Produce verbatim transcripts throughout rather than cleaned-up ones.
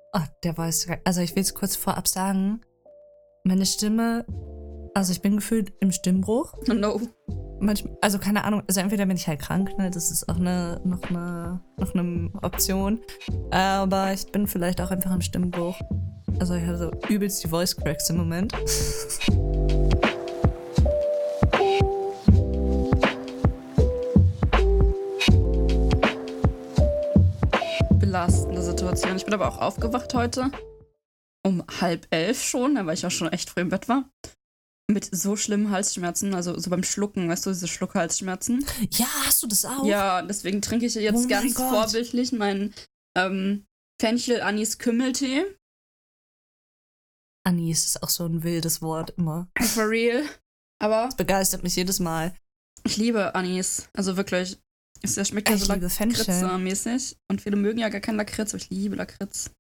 Oh, der Voice Crack. Also ich will es kurz vorab sagen. Meine Stimme, also ich bin gefühlt im Stimmbruch. Oh no. Manchmal, also keine Ahnung, also entweder bin ich halt krank, ne, das ist auch eine, noch eine, noch eine Option. Aber ich bin vielleicht auch einfach im Stimmbruch. Also ich habe so übelst die Voice Cracks im Moment. Belastende Situation. Ich bin aber auch aufgewacht heute. Um halb elf schon, weil ich auch schon echt früh im Bett war. Mit so schlimmen Halsschmerzen, also so beim Schlucken, weißt du, diese Schluckhalsschmerzen. Ja, hast du das auch? Ja, deswegen trinke ich jetzt Oh mein ganz Gott. vorbildlich meinen ähm, Fenchel-Anis-Kümmeltee. Anis ist auch so ein wildes Wort immer. For real. Aber Das begeistert mich jedes Mal. ich liebe Anis. Also wirklich. Es der schmeckt ja Ich so liebe Fenchel. Lakritz-mäßig. Und viele mögen ja gar keinen Lakritz, aber ich liebe Lakritz.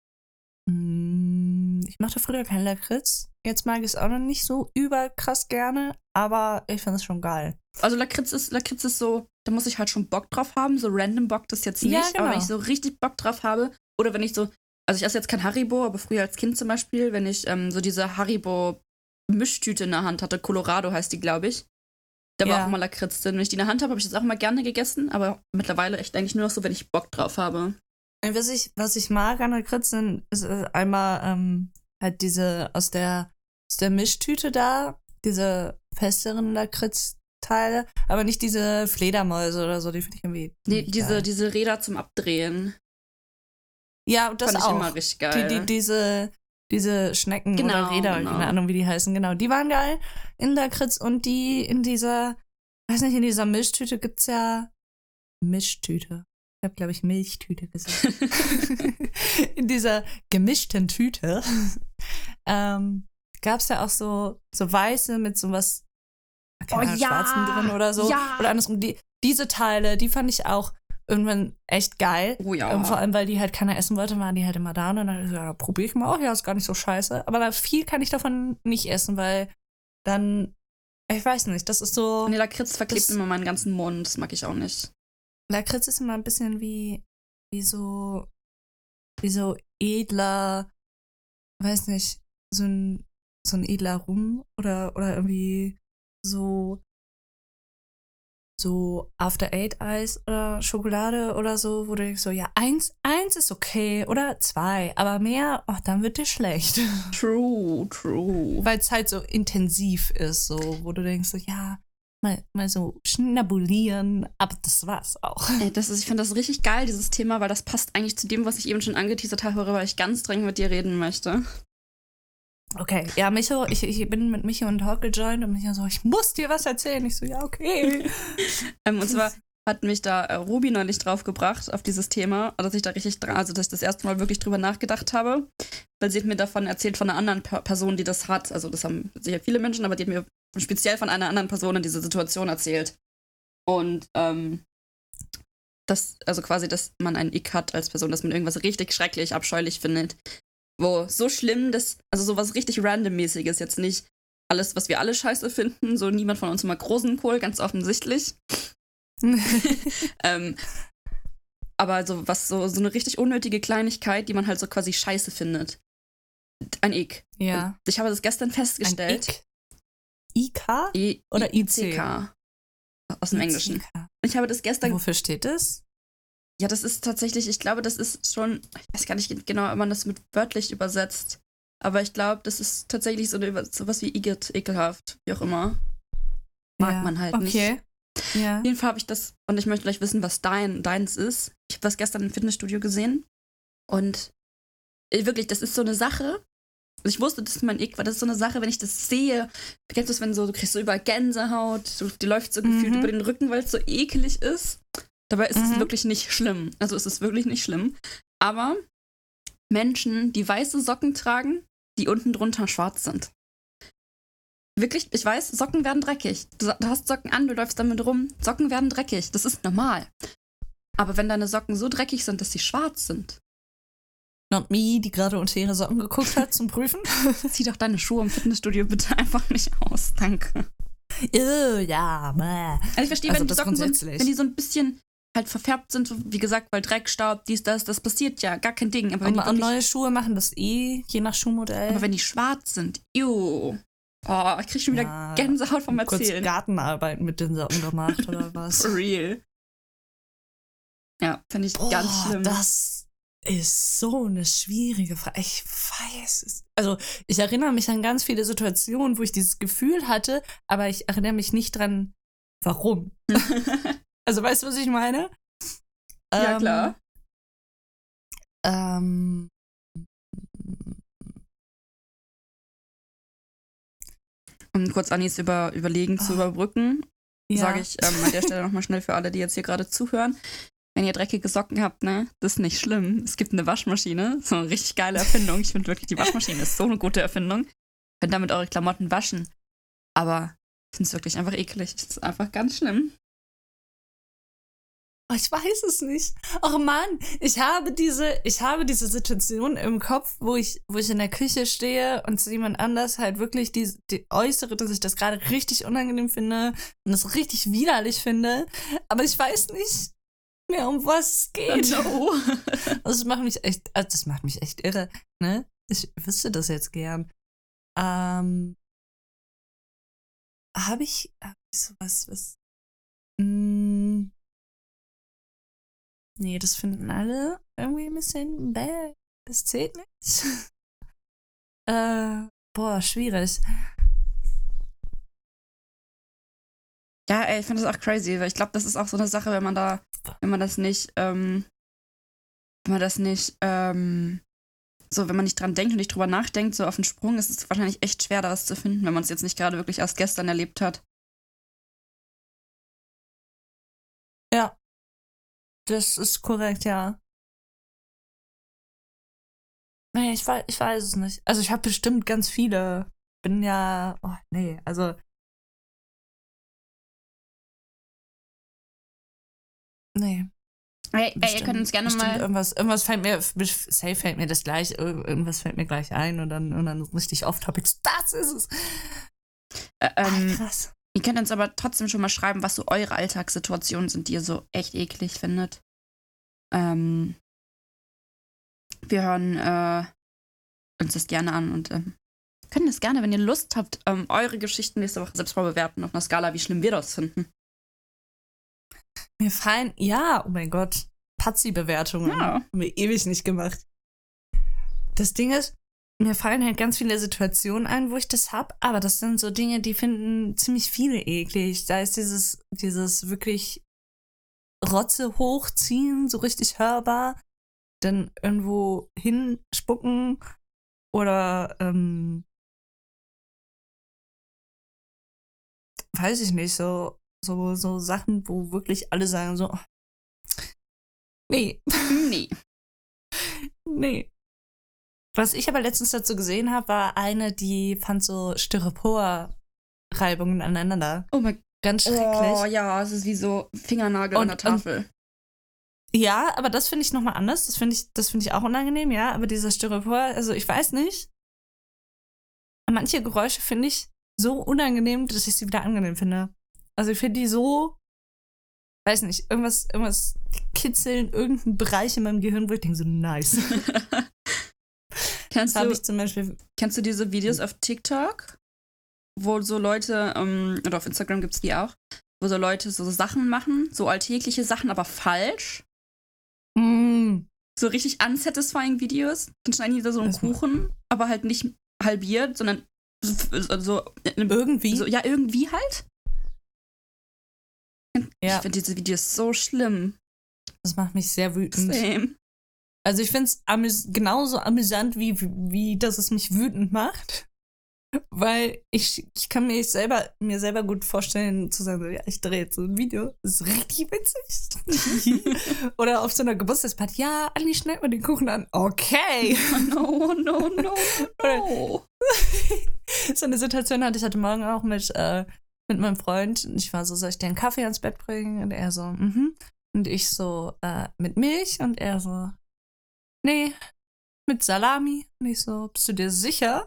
Mm, Ich mochte früher keinen Lakritz. Jetzt mag ich es auch noch nicht so überkrass gerne, aber ich finde es schon geil. Also Lakritz ist, Lakritz ist so, da muss ich halt schon Bock drauf haben. So random Bock das jetzt nicht. Ja, Aber genau. wenn ich so richtig Bock drauf habe, oder wenn ich so, also ich esse jetzt kein Haribo, aber früher als Kind zum Beispiel, wenn ich ähm, so diese Haribo-Mischtüte in der Hand hatte, Colorado heißt die, glaube ich. Da war Ja. auch immer Lakritz drin. Wenn ich die in der Hand habe, habe ich das auch immer gerne gegessen, aber mittlerweile echt eigentlich nur noch so, wenn ich Bock drauf habe. Was ich, was ich mag an Lakritz sind, ist äh, einmal ähm, halt diese aus der, aus der Mischtüte da, diese festeren Lakritzteile, aber nicht diese Fledermäuse oder so, die finde ich irgendwie. Nee, nicht diese, geil. diese Räder zum Abdrehen. Ja, und das fand ich auch. immer richtig geil. Die, die, diese, diese Schnecken Genau, oder Räder, genau. keine Ahnung, wie die heißen, genau. Die waren geil in Lakritz und die in dieser, weiß nicht, in dieser Mischtüte gibt's ja Mischtüte. Ich habe, glaube ich, Milchtüte gesagt. In dieser gemischten Tüte ähm, gab's ja auch so, so weiße mit so was, keine Oh, Ahnung, ja! schwarzen drin oder so. Ja! Oder andersrum. Die, diese Teile, die fand ich auch irgendwann echt geil. Oh ja. Ähm, vor allem, weil die halt keiner essen wollte, waren die halt immer da. Und dann dachte ich so, ja, probiere ich mal. Oh ja, ist gar nicht so scheiße. Aber da viel kann ich davon nicht essen, weil dann, ich weiß nicht, das ist so, Nee, Lakritz verklebt Das- immer meinen ganzen Mund. Das mag ich auch nicht. Lakritz ist immer ein bisschen wie, wie so, wie so edler, weiß nicht, so ein, so ein edler Rum oder, oder irgendwie so, so After Eight Eis oder Schokolade oder so, wo du denkst so, ja, eins, eins ist okay oder zwei, aber mehr, oh, dann wird dir schlecht. True, true. Weil es halt so intensiv ist, so, wo du denkst so, ja, mal, mal so schnabulieren, aber das war's auch. Ey, das ist, ich finde das richtig geil, dieses Thema, weil das passt eigentlich zu dem, was ich eben schon angeteasert habe, worüber ich ganz dringend mit dir reden möchte. Okay, ja, Micho, ich, ich bin mit Micho und Talk gejoint und Micho so, ich muss dir was erzählen. Ich so, ja, okay. Ähm, und zwar hat mich da äh, Ruby neulich draufgebracht auf dieses Thema, dass ich da richtig dran, also dass ich das erste Mal wirklich drüber nachgedacht habe, weil sie hat mir davon erzählt von einer anderen per Person, die das hat. Also das haben sicher viele Menschen, aber die hat mir speziell von einer anderen Person in dieser Situation erzählt. Und ähm, das, also quasi, dass man einen Ick hat als Person, dass man irgendwas richtig schrecklich, abscheulich findet. Wo so schlimm, dass, also sowas richtig randommäßiges, jetzt nicht alles, was wir alle scheiße finden, so niemand von uns mag Rosenkohl, ganz offensichtlich. ähm, aber so was, so, so eine richtig unnötige Kleinigkeit, die man halt so quasi scheiße findet. Ein Ick. Ja. Und ich habe das gestern festgestellt. Ein I K? I Oder I C? I C K. Aus dem Englischen. I C K. Ich habe das gestern. Wofür steht das? Ja, das ist tatsächlich, ich glaube, das ist schon, ich weiß gar nicht genau, ob man das mit wörtlich übersetzt. Aber ich glaube, das ist tatsächlich so eine, sowas wie Igitt, ekelhaft, wie auch immer. Mag Ja. man halt nicht. Okay. Ja. Auf jeden Fall habe ich das, und ich möchte gleich wissen, was dein, deins ist. Ich habe das gestern im Fitnessstudio gesehen. Und äh, wirklich, das ist so eine Sache. Also ich wusste, das ist mein Ick, weil das ist so eine Sache, wenn ich das sehe. Kennst du das, wenn so, du kriegst so überall Gänsehaut, so, die läuft so gefühlt Mhm. über den Rücken, weil es so ekelig ist. Dabei ist Mhm. es wirklich nicht schlimm. Also es ist wirklich nicht schlimm. Aber Menschen, die weiße Socken tragen, die unten drunter schwarz sind. Wirklich, ich weiß, Socken werden dreckig. Du, du hast Socken an, du läufst damit rum. Socken werden dreckig. Das ist normal. Aber wenn deine Socken so dreckig sind, dass sie schwarz sind, Not me, die gerade unter ihre Socken geguckt hat zum Prüfen. zieh doch deine Schuhe im Fitnessstudio bitte einfach nicht aus. Danke. Ew, ja, bäh. Also ich verstehe, Also wenn die das Socken so, grundsätzlich. wenn die so ein bisschen halt verfärbt sind, wie gesagt, weil Dreck, Staub, dies, das, das passiert ja, gar kein Ding. Aber wenn Und, die und wirklich, neue Schuhe machen das eh, je nach Schuhmodell. aber wenn die schwarz sind, ew. Oh, ich krieg schon wieder Ja, Gänsehaut vom kurz Erzählen. Gartenarbeit mit den Socken gemacht oder was? For real. Ja, finde ich Boah, ganz schlimm. Das ist so eine schwierige Frage. Ich weiß es. Also, ich erinnere mich an ganz viele Situationen, wo ich dieses Gefühl hatte, aber ich erinnere mich nicht dran, warum. Also, weißt du, was ich meine? Ja, Ähm, klar. Ähm, Um kurz Anis über, Überlegen zu Ah. überbrücken, ja. sage ich ähm, an der Stelle nochmal schnell für alle, die jetzt hier gerade zuhören. Wenn ihr dreckige Socken habt, ne, das ist nicht schlimm. Es gibt eine Waschmaschine, so eine richtig geile Erfindung. Ich finde wirklich, die Waschmaschine ist so eine gute Erfindung. Ihr könnt damit eure Klamotten waschen. Aber ich finde es wirklich einfach eklig. Es ist einfach ganz schlimm. Oh, ich weiß es nicht. Oh Mann, ich habe diese, ich habe diese Situation im Kopf, wo ich, wo ich in der Küche stehe und zu jemand anders halt wirklich die, die äußere, dass ich das gerade richtig unangenehm finde und das richtig widerlich finde. Aber ich weiß nicht mehr, um was es geht. No. Das macht mich echt, also das macht mich echt irre, ne? Ich wüsste das jetzt gern. Ähm, habe ich, hab ich sowas, was, mh, nee, das finden alle irgendwie ein bisschen bäh. Das zählt nicht. äh, boah, schwierig. Ja, ey, ich finde das auch crazy, weil ich glaube, das ist auch so eine Sache, wenn man da, wenn man das nicht, ähm, wenn man das nicht, ähm, so, wenn man nicht dran denkt und nicht drüber nachdenkt, so auf den Sprung, ist es wahrscheinlich echt schwer, da was zu finden, wenn man es jetzt nicht gerade wirklich erst gestern erlebt hat. Ja, das ist korrekt, ja. Nee, ich weiß, ich weiß es nicht. Also ich habe bestimmt ganz viele. Bin ja, oh, nee, also nee. Ey, ey ihr Bestimmt, könnt uns gerne bestimmt mal, irgendwas, irgendwas fällt mir, safe fällt mir das gleich, ir- irgendwas fällt mir gleich ein und dann, und dann richtig off-topics. Das ist es. äh, ähm, Ach, krass. ihr könnt uns aber trotzdem schon mal schreiben, was so eure Alltagssituationen sind, die ihr so echt eklig findet. Ähm, wir hören äh, uns das gerne an und ähm, können das gerne, wenn ihr Lust habt, ähm, eure Geschichten nächste Woche selbst mal bewerten auf einer Skala, wie schlimm wir das finden. Mir fallen, ja, oh mein Gott, Pazzi-Bewertungen. Ja. Haben wir ewig nicht gemacht. Das Ding ist, mir fallen halt ganz viele Situationen ein, wo ich das hab, aber das sind so Dinge, die finden ziemlich viele eklig. Da ist dieses, dieses wirklich Rotze hochziehen, so richtig hörbar, dann irgendwo hinspucken oder, ähm, weiß ich nicht, so, so, so Sachen, wo wirklich alle sagen so, nee, Nee. nee. Was ich aber letztens dazu gesehen habe, war eine, die fand so Styropor-Reibungen aneinander. Oh mein Ganz schrecklich. Oh ja, es ist wie so Fingernagel an Und- der Tafel. Ja, aber das finde ich nochmal anders. Das finde ich, das finde ich auch unangenehm, ja. Aber dieser Styropor, also ich weiß nicht. Manche Geräusche finde ich so unangenehm, dass ich sie wieder angenehm finde. Also ich finde die so, weiß nicht, irgendwas, irgendwas kitzeln, irgendein Bereich in meinem Gehirn, wo ich denke so, nice. Kennst Das habe du, ich zum Beispiel. kennst du diese Videos auf TikTok, wo so Leute, ähm, oder auf Instagram gibt es die auch, wo so Leute so Sachen machen, so alltägliche Sachen, aber falsch. Mm, So richtig unsatisfying Videos. Dann schneiden die da so einen Das- Kuchen, aber halt nicht halbiert, sondern so, so, irgendwie. so ja, irgendwie halt. Ja. Ich finde diese Videos so schlimm. Das macht mich sehr wütend. Same. Also ich finde es amüs genauso amüsant, wie, wie dass es mich wütend macht. Weil ich, ich kann mir selber, mir selber gut vorstellen, zu sagen, so, ja, ich drehe jetzt so ein Video. Das ist richtig witzig. Oder auf so einer Geburtstagsparty, ja, Anni, schneid mal den Kuchen an. Okay. No, no, no, no. So eine Situation hatte ich heute Morgen auch mit, äh, mit meinem Freund. Und ich war so, soll ich dir einen Kaffee ans Bett bringen? Und er so, mhm. Und ich so, äh, mit Milch? Und er so, nee, mit Salami. Und ich so, bist du dir sicher?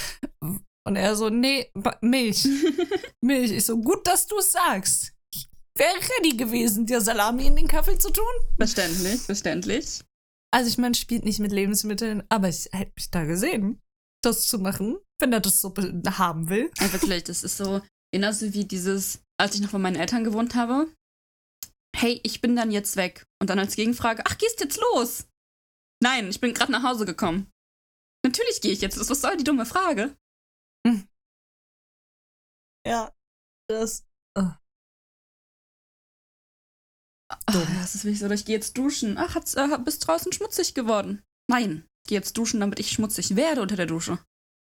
Und er so, nee, Ba- Milch. Milch. Ich so, gut, dass du es sagst. wäre ready gewesen, dir Salami in den Kaffee zu tun. Verständlich, verständlich. Also ich meine, spielt nicht mit Lebensmitteln, aber ich hätte mich da gesehen, das zu machen, wenn er das so be- haben will. Einfach vielleicht, das ist so, genauso wie dieses, als ich noch bei meinen Eltern gewohnt habe. Hey, ich bin dann jetzt weg. Und dann als Gegenfrage, ach, gehst jetzt los? Nein, ich bin gerade nach Hause gekommen. Natürlich gehe ich jetzt. Was soll die dumme Frage? Hm. Ja, das... Oh. Ach, das ist wirklich so, ich gehe jetzt duschen. Ach, hat's, äh, bist draußen schmutzig geworden. Nein, ich gehe jetzt duschen, damit ich schmutzig werde unter der Dusche.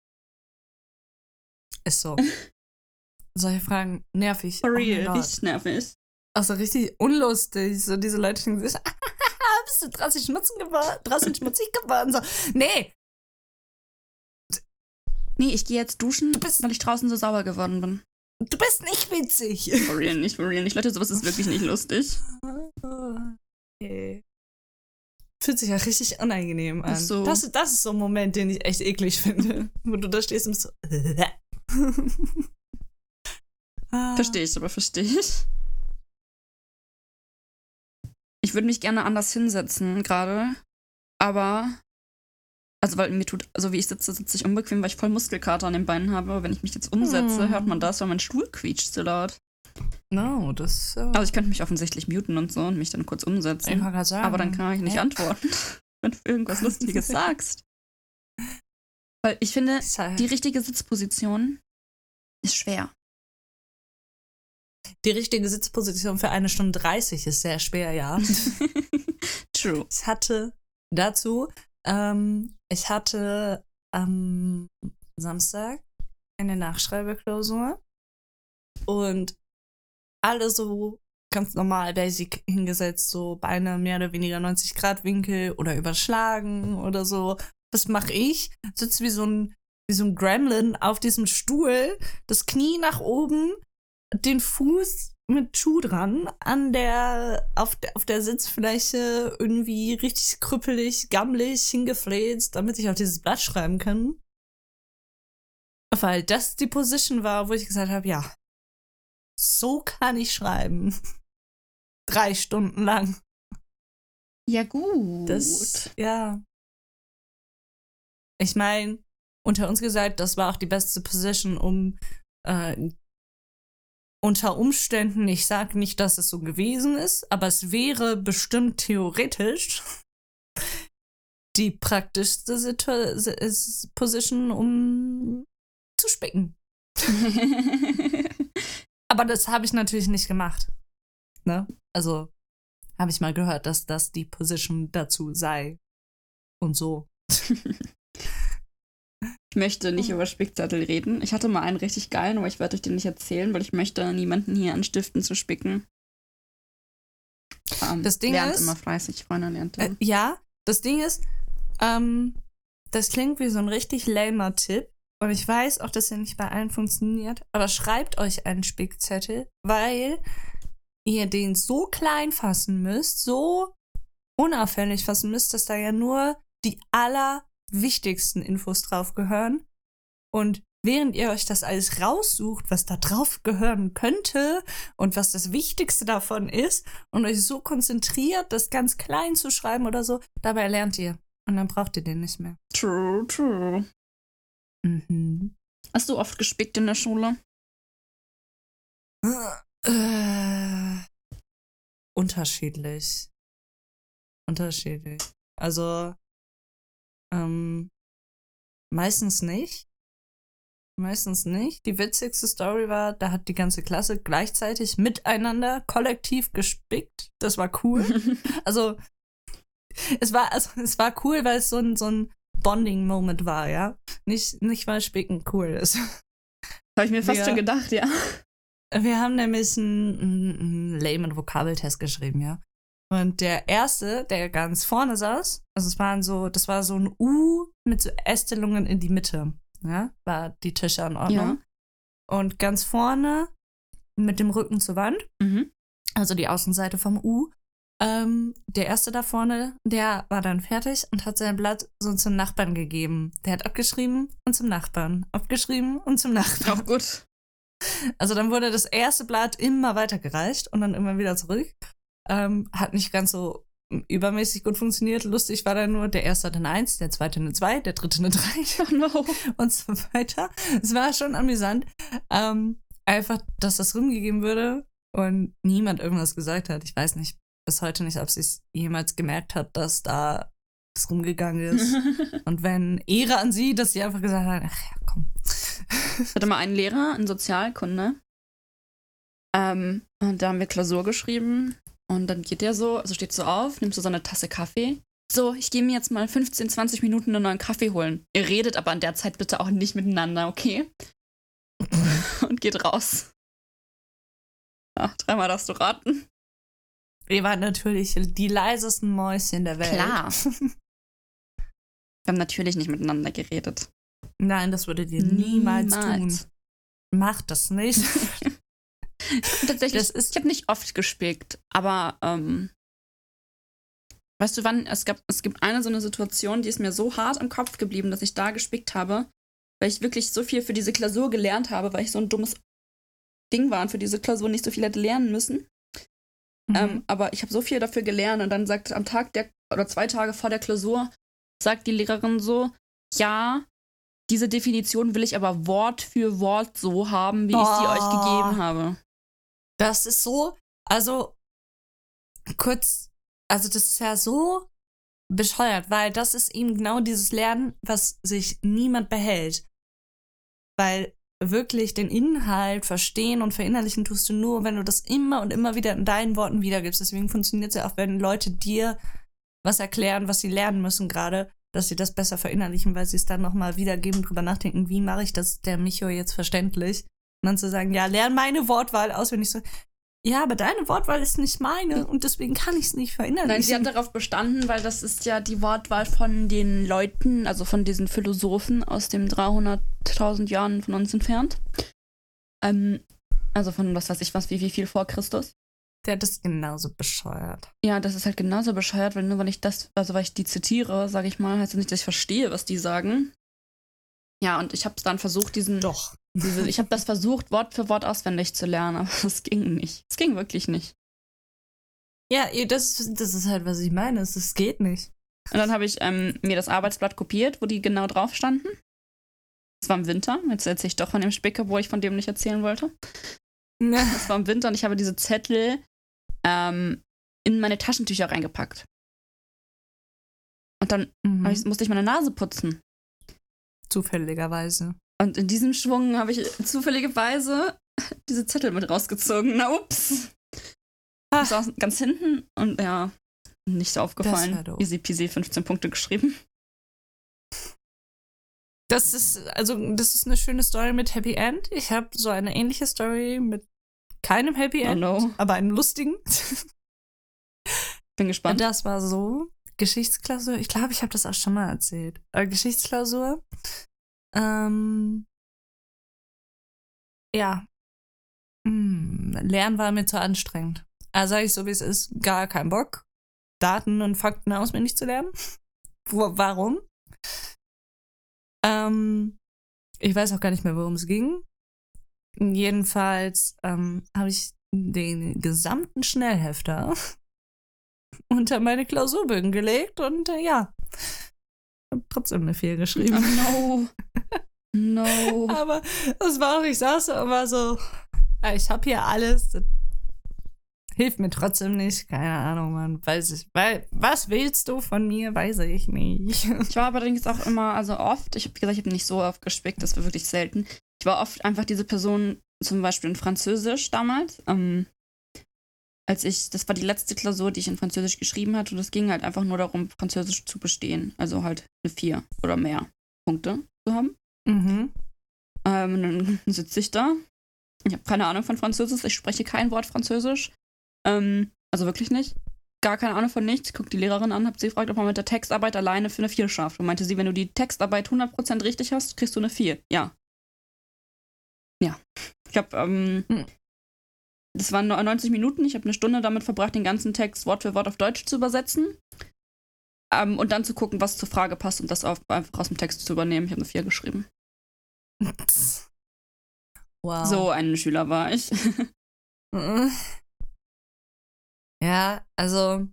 Ist so. Solche Fragen nervig. For real, oh richtig nervig. Also richtig unlustig. So diese Leute denken sich, bist du draußen schmutzig geworden? Draußen schmutzig geworden? So, nee. Nee, ich gehe jetzt duschen, bist- weil ich draußen so sauber geworden bin. Du bist nicht witzig. For real nicht, for real nicht. Leute, sowas ist wirklich nicht lustig. Okay. Fühlt sich ja richtig unangenehm an. Ist so. Das, das ist so ein Moment, den ich echt eklig finde. Wo du da stehst und bist so. Ah. Verstehe ich, aber verstehe ich. Ich würde mich gerne anders hinsetzen gerade, aber, also weil mir tut, also wie ich sitze, sitze ich unbequem, weil ich voll Muskelkater an den Beinen habe, aber wenn ich mich jetzt umsetze, Hm. hört man das, weil mein Stuhl quietscht so laut. No, das. Uh, Also ich könnte mich offensichtlich muten und so und mich dann kurz ich umsetzen, kann grad sagen. aber dann kann ich nicht Hä? antworten, wenn du irgendwas Lustiges sagst. Weil ich finde, Ich sag- die richtige Sitzposition ist schwer. Die richtige Sitzposition für eine Stunde dreißig ist sehr schwer, ja. True. Ich hatte dazu, ähm, ich hatte am Samstag eine Nachschreibeklausur und alle so ganz normal basic hingesetzt, so Beine mehr oder weniger neunzig Grad Winkel oder überschlagen oder so. Was mache ich? Sitze wie so ein, wie so ein Gremlin auf diesem Stuhl, das Knie nach oben, den Fuß mit Schuh dran, an der, auf der, auf der Sitzfläche irgendwie richtig krüppelig, gammelig hingefläzt, damit ich auf dieses Blatt schreiben kann. Weil das die Position war, wo ich gesagt habe, ja, so kann ich schreiben. Drei Stunden lang. Ja, gut. Das, ja. Ich meine, unter uns gesagt, das war auch die beste Position, um äh, unter Umständen, ich sage nicht, dass es so gewesen ist, aber es wäre bestimmt theoretisch die praktischste Situ- S- Position, um zu spicken. Aber das habe ich natürlich nicht gemacht. Ne? Also habe ich mal gehört, dass das die Position dazu sei. Und so. Ich möchte nicht über Spickzettel reden. Ich hatte mal einen richtig geilen, aber ich werde euch den nicht erzählen, weil ich möchte niemanden hier anstiften zu spicken. Ähm, Das Ding lernt ist- immer fleißig, Freunde lernt Äh, immer. ja, das Ding ist, ähm, das klingt wie so ein richtig lamer Tipp. Und ich weiß auch, dass er nicht bei allen funktioniert. Aber schreibt euch einen Spickzettel, weil ihr den so klein fassen müsst, so unauffällig fassen müsst, dass da ja nur die allerwichtigsten Infos drauf gehören. Und während ihr euch das alles raussucht, was da drauf gehören könnte und was das Wichtigste davon ist und euch so konzentriert, das ganz klein zu schreiben oder so, dabei lernt ihr. Und dann braucht ihr den nicht mehr. True, true. Mhm. Hast du oft gespickt in der Schule? Äh, unterschiedlich. Unterschiedlich. Also, ähm, meistens nicht. Meistens nicht. Die witzigste Story war, da hat die ganze Klasse gleichzeitig miteinander kollektiv gespickt. Das war cool. Also, es war, also, es war cool, weil es so ein, so ein Bonding-Moment war, ja. Nicht, nicht weil Spicken cool ist. Habe ich mir fast Wir- schon gedacht, ja. Wir haben nämlich einen, einen, einen lamen Vokabeltest geschrieben, ja. Und der erste, der ganz vorne saß, also es waren so, das war so ein U mit so Ästelungen in die Mitte, ja, war die Tische in Ordnung. Und ganz vorne mit dem Rücken zur Wand, Mhm. also die Außenseite vom U, ähm, der erste da vorne, der war dann fertig und hat sein Blatt so zum Nachbarn gegeben. Der hat abgeschrieben und zum Nachbarn, abgeschrieben und zum Nachbarn. Auch gut. Also dann wurde das erste Blatt immer weitergereicht und dann immer wieder zurück. Ähm, hat nicht ganz so übermäßig gut funktioniert. Lustig war dann nur, der erste hatte eine Eins, der zweite eine zwei, der dritte eine drei Oh no. und so weiter. Es war schon amüsant. Ähm, einfach, dass das rumgegeben würde und niemand irgendwas gesagt hat. Ich weiß nicht, bis heute nicht, ob sie es jemals gemerkt hat, dass da es rumgegangen ist. Und wenn, Ehre an sie, dass sie einfach gesagt hat, ach ja, komm. Ich hatte mal einen Lehrer in Sozialkunde. Ähm, und da haben wir Klausur geschrieben. Und dann geht der so, also steht so auf, nimmt so seine Tasse Kaffee. So, ich gehe mir jetzt mal fünfzehn, zwanzig Minuten einen neuen Kaffee holen. Ihr redet aber in der Zeit bitte auch nicht miteinander, okay? Und geht raus. Ach, dreimal darfst du raten. Wir waren natürlich die leisesten Mäuschen der Welt. Klar. Wir haben natürlich nicht miteinander geredet. Nein, das würdet ihr niemals, Niemals. tun. Macht das nicht. Tatsächlich, Das ist- ich habe nicht oft gespickt, aber ähm, weißt du wann, es gab, es gibt eine so eine Situation, die ist mir so hart im Kopf geblieben, dass ich da gespickt habe, weil ich wirklich so viel für diese Klausur gelernt habe, weil ich so ein dummes Ding war und für diese Klausur nicht so viel hätte lernen müssen. Mhm. Ähm, aber ich habe so viel dafür gelernt und dann sagt am Tag der, oder zwei Tage vor der Klausur, sagt die Lehrerin so, ja, diese Definition will ich aber Wort für Wort so haben, wie ich sie Oh. euch gegeben habe. Das ist so, also kurz, also das ist ja so bescheuert, weil das ist eben genau dieses Lernen, was sich niemand behält. Weil wirklich den Inhalt verstehen und verinnerlichen tust du nur, wenn du das immer und immer wieder in deinen Worten wiedergibst. Deswegen funktioniert es ja auch, wenn Leute dir was erklären, was sie lernen müssen gerade, dass sie das besser verinnerlichen, weil sie es dann nochmal wiedergeben, drüber nachdenken, wie mache ich das der Micho jetzt verständlich? Und dann zu sagen, ja, lern meine Wortwahl auswendig. So, ja, aber deine Wortwahl ist nicht meine und deswegen kann ich es nicht verinnerlichen. Nein, sie hat darauf bestanden, weil das ist ja die Wortwahl von den Leuten, also von diesen Philosophen aus dem dreihunderttausend Jahren von uns entfernt. Ähm, also von was weiß ich was, wie, wie viel vor Christus. Der ist genauso bescheuert. Ja, das ist halt genauso bescheuert, weil nur weil ich das, also weil ich die zitiere, sage ich mal, heißt das nicht, dass ich verstehe, was die sagen. Ja, und ich habe es dann versucht, diesen, Doch. diese, ich habe das versucht, Wort für Wort auswendig zu lernen, aber es ging nicht. Es ging wirklich nicht. Ja, das, das ist halt, was ich meine. Es es geht nicht. Und dann habe ich ähm, mir das Arbeitsblatt kopiert, wo die genau drauf standen. Es war im Winter. Jetzt erzähle ich doch von dem Spicker, wo ich von dem nicht erzählen wollte. Es war im Winter und ich habe diese Zettel ähm, in meine Taschentücher reingepackt. Und dann Mhm. hab ich, musste ich meine Nase putzen. Zufälligerweise. Und in diesem Schwung habe ich zufälligerweise diese Zettel mit rausgezogen. Na, ups. Ah. Ich saß ganz hinten und ja, nicht so Das war aufgefallen. doof. Easy peasy, fünfzehn Punkte geschrieben. Das ist, also, das ist eine schöne Story mit Happy End. Ich habe so eine ähnliche Story mit keinem Happy Oh End, no. aber einem lustigen. Bin gespannt. Das war so, Geschichtsklausur, ich glaube, ich habe das auch schon mal erzählt. Äh, Geschichtsklausur. Ähm, ja. Hm, Lernen war mir zu anstrengend. Also sage ich so, wie es ist, gar keinen Bock, Daten und Fakten auswendig zu lernen. Wo, warum? Ähm, ich weiß auch gar nicht mehr, worum es ging. Jedenfalls ähm, habe ich den gesamten Schnellhefter unter meine Klausurbögen gelegt und äh, ja, habe trotzdem eine vier geschrieben. Oh no. No. Aber das war auch, ich saß da und war so, ja, ich habe hier alles, das hilft mir trotzdem nicht, keine Ahnung, Mann, weiß ich, weil, was willst du von mir, weiß ich nicht. Ich war allerdings auch immer, also oft, ich habe gesagt, ich habe nicht so oft gespickt, das war wirklich selten. Ich war oft einfach diese Person, zum Beispiel in Französisch damals, ähm, als ich, das war die letzte Klausur, die ich in Französisch geschrieben hatte und es ging halt einfach nur darum, Französisch zu bestehen, also halt eine vier oder mehr Punkte zu haben. Mhm. Ähm, und dann sitze ich da, ich habe keine Ahnung von Französisch, ich spreche kein Wort Französisch, ähm, also wirklich nicht. Gar keine Ahnung von nichts. Ich gucke die Lehrerin an, habe sie gefragt, ob man mit der Textarbeit alleine für eine vier schafft. Und meinte sie, wenn du die Textarbeit hundert Prozent richtig hast, kriegst du eine vier. Ja. Ja. Ich habe, ähm, Hm. das waren neunzig Minuten. Ich habe eine Stunde damit verbracht, den ganzen Text Wort für Wort auf Deutsch zu übersetzen. Ähm, und dann zu gucken, was zur Frage passt und das auf, einfach aus dem Text zu übernehmen. Ich habe eine vier geschrieben. Wow. So ein Schüler war ich. Ja, also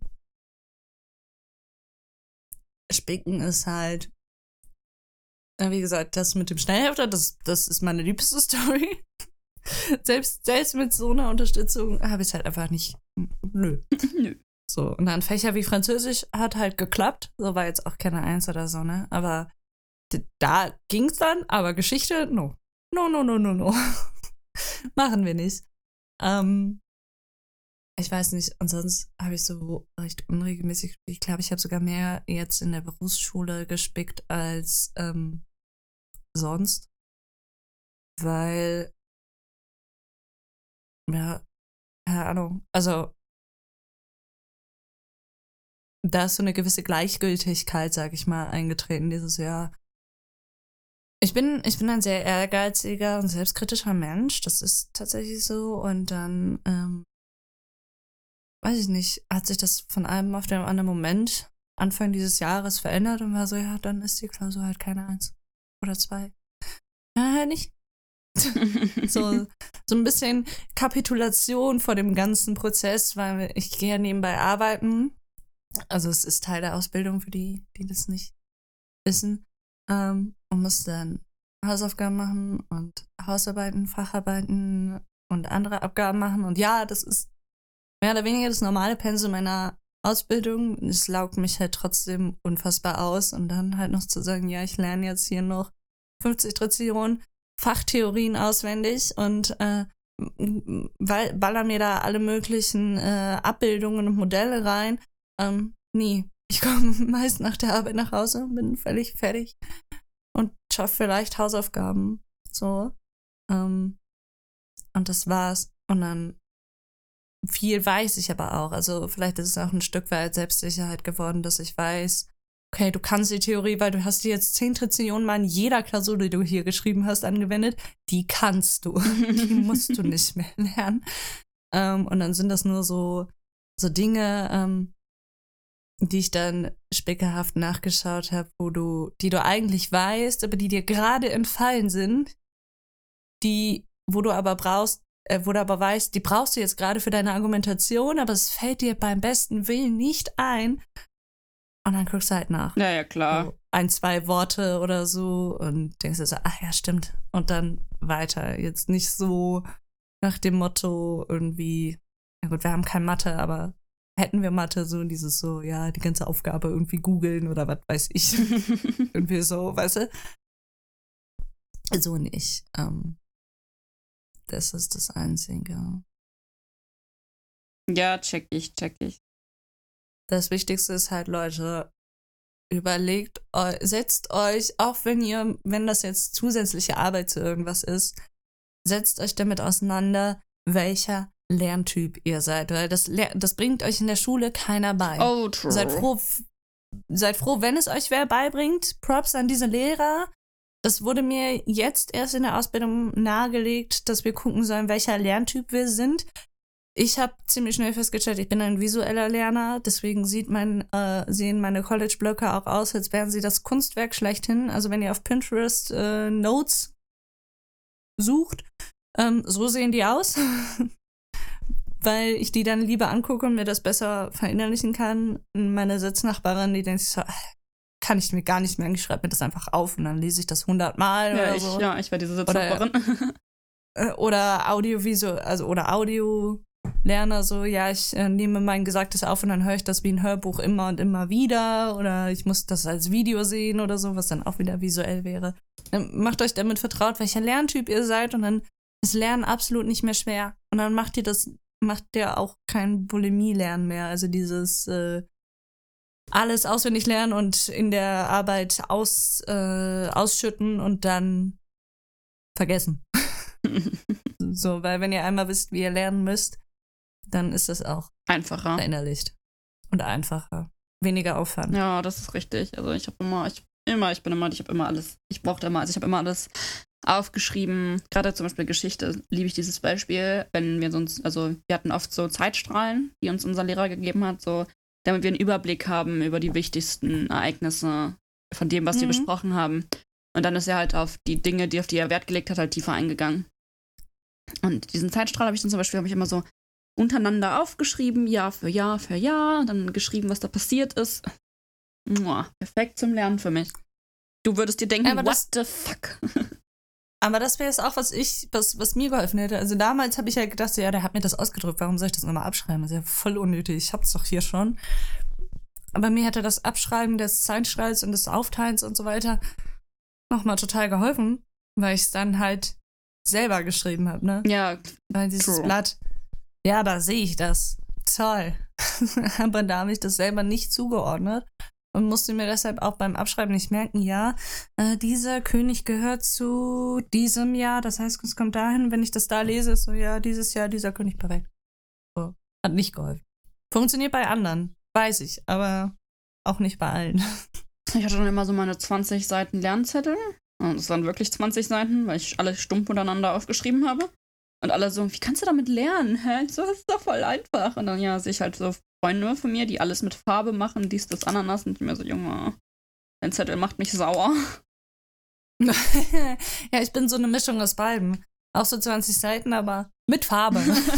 Spicken ist halt, wie gesagt, das mit dem Schnellhefter, das, das ist meine liebste Story. Selbst, selbst mit so einer Unterstützung habe ich es halt einfach nicht. Nö. Nö. So, und dann Fächer wie Französisch hat halt geklappt. So war jetzt auch keine Eins oder so, ne? Aber d- da ging's dann, aber Geschichte, no. No, no, no, no, no. Machen wir nicht. Ähm, ich weiß nicht, ansonsten habe ich so recht unregelmäßig, ich glaube, ich habe sogar mehr jetzt in der Berufsschule gespickt als ähm, sonst. Weil, ja, keine Ahnung, also da ist so eine gewisse Gleichgültigkeit, sag ich mal, eingetreten dieses Jahr. Ich bin, ich bin ein sehr ehrgeiziger und selbstkritischer Mensch, das ist tatsächlich so. Und dann, ähm, weiß ich nicht, hat sich das von einem auf den anderen Moment Anfang dieses Jahres verändert und war so, ja, dann ist die Klausur halt keine Eins oder zwei. Ja, halt nicht. so, so ein bisschen Kapitulation vor dem ganzen Prozess, weil ich gehe ja nebenbei arbeiten. Also es ist Teil der Ausbildung für die, die das nicht wissen. Ähm, und muss dann Hausaufgaben machen und Hausarbeiten, Facharbeiten und andere Abgaben machen. Und ja, das ist mehr oder weniger das normale Pensum meiner Ausbildung. Es laugt mich halt trotzdem unfassbar aus. Und dann halt noch zu sagen, ja, ich lerne jetzt hier noch fünfzig Trizillionen Fachtheorien auswendig und äh, weil, baller mir da alle möglichen äh, Abbildungen und Modelle rein. Ähm, nie. Ich komme meist nach der Arbeit nach Hause, bin völlig fertig und schaffe vielleicht Hausaufgaben. So. Ähm, und das war's. Und dann viel weiß ich aber auch. Also vielleicht ist es auch ein Stück weit Selbstsicherheit geworden, dass ich weiß, okay, du kannst die Theorie, weil du hast die jetzt zehn Trizillionen Mal in jeder Klausur, die du hier geschrieben hast, angewendet. Die kannst du. Die musst du nicht mehr lernen. Ähm, und dann sind das nur so, so Dinge, ähm, die ich dann spickerhaft nachgeschaut habe, wo du, die du eigentlich weißt, aber die dir gerade entfallen sind, die, wo du aber brauchst, äh, wo du aber weißt, die brauchst du jetzt gerade für deine Argumentation, aber es fällt dir beim besten Willen nicht ein. Und dann guckst du halt nach. Ja, ja, klar. So ein, zwei Worte oder so und denkst dir so, ach ja, stimmt. Und dann weiter. Jetzt nicht so nach dem Motto irgendwie, ja gut, wir haben kein Mathe, aber hätten wir Mathe, so dieses so, ja, die ganze Aufgabe irgendwie googeln oder was weiß ich. Irgendwie so, weißt du? So nicht. Ähm, das ist das Einzige. Ja, check ich, check ich. Das Wichtigste ist halt, Leute, überlegt, eu- setzt euch, auch wenn ihr, wenn das jetzt zusätzliche Arbeit zu irgendwas ist, setzt euch damit auseinander, welcher Lerntyp ihr seid, weil das, le- das bringt euch in der Schule keiner bei. Oh, true. Seid froh, f- seid froh, wenn es euch wer beibringt. Props an diese Lehrer. Das wurde mir jetzt erst in der Ausbildung nahegelegt, dass wir gucken sollen, welcher Lerntyp wir sind. Ich habe ziemlich schnell festgestellt, ich bin ein visueller Lerner, deswegen sieht mein, äh, sehen meine College-Blöcke auch aus, als wären sie das Kunstwerk schlechthin. Also wenn ihr auf Pinterest äh, Notes sucht, ähm, so sehen die aus. Weil ich die dann lieber angucke und mir das besser verinnerlichen kann. Meine Sitznachbarin, die denkt sich so, kann ich mir gar nicht merken, ich schreibe mir das einfach auf und dann lese ich das hundertmal ja, oder ich, so. ja, ich war diese Sitznachbarin. Oder, oder Audiovisual, also oder Audiolerner, so, ja, ich äh, nehme mein Gesagtes auf und dann höre ich das wie ein Hörbuch immer und immer wieder oder ich muss das als Video sehen oder so, was dann auch wieder visuell wäre. Dann macht euch damit vertraut, welcher Lerntyp ihr seid und dann ist Lernen absolut nicht mehr schwer. Und dann macht ihr das, macht ihr auch kein Bulimie-Lernen mehr, also dieses äh, alles auswendig lernen und in der Arbeit aus, äh, ausschütten und dann vergessen. So, weil wenn ihr einmal wisst, wie ihr lernen müsst, dann ist das auch Einfacher. verinnerlicht und einfacher. Weniger Aufwand. Ja, das ist richtig. Also ich habe immer, ich immer, ich bin immer, ich habe immer alles, ich brauchte immer, also ich habe immer alles aufgeschrieben. Gerade zum Beispiel Geschichte liebe ich dieses Beispiel, wenn wir sonst, also wir hatten oft so Zeitstrahlen, die uns unser Lehrer gegeben hat, so damit wir einen Überblick haben über die wichtigsten Ereignisse von dem, was Mhm. wir besprochen haben. Und dann ist er halt auf die Dinge, die auf die er Wert gelegt hat, halt tiefer eingegangen. Und diesen Zeitstrahl habe ich dann zum Beispiel, habe ich immer so untereinander aufgeschrieben, Jahr für Jahr für Jahr, und dann geschrieben, was da passiert ist. Mua, perfekt zum Lernen für mich. Du würdest dir denken, aber what das, the fuck? Aber das wäre jetzt auch, was ich, was, was mir geholfen hätte. Also damals habe ich ja gedacht, so, ja, der hat mir das ausgedrückt, warum soll ich das nochmal abschreiben? Das ist ja voll unnötig, ich hab's doch hier schon. Aber mir hätte das Abschreiben des Zeitstrahls und des Aufteilens und so weiter nochmal total geholfen, weil ich es dann halt selber geschrieben habe, ne? Ja, weil dieses true. Blatt, ja, da sehe ich das. Toll. Aber da habe ich das selber nicht zugeordnet und musste mir deshalb auch beim Abschreiben nicht merken, ja, äh, dieser König gehört zu diesem Jahr, das heißt, es kommt dahin, wenn ich das da lese, ist so, ja, dieses Jahr, dieser König, perfekt. So. Hat nicht geholfen. Funktioniert bei anderen, weiß ich, aber auch nicht bei allen. Ich hatte dann immer so meine zwanzig Seiten Lernzettel. Und das waren wirklich zwanzig Seiten, weil ich alle stumpf untereinander aufgeschrieben habe. Und alle so, wie kannst du damit lernen? Hä? So, das ist doch voll einfach. Und dann, ja, sehe ich halt so Freunde von mir, die alles mit Farbe machen, dies, das, Ananas. Und ich mir so, Junge, dein Zettel macht mich sauer. Ja, ich bin so eine Mischung aus beiden. Auch so zwanzig Seiten, aber mit Farbe.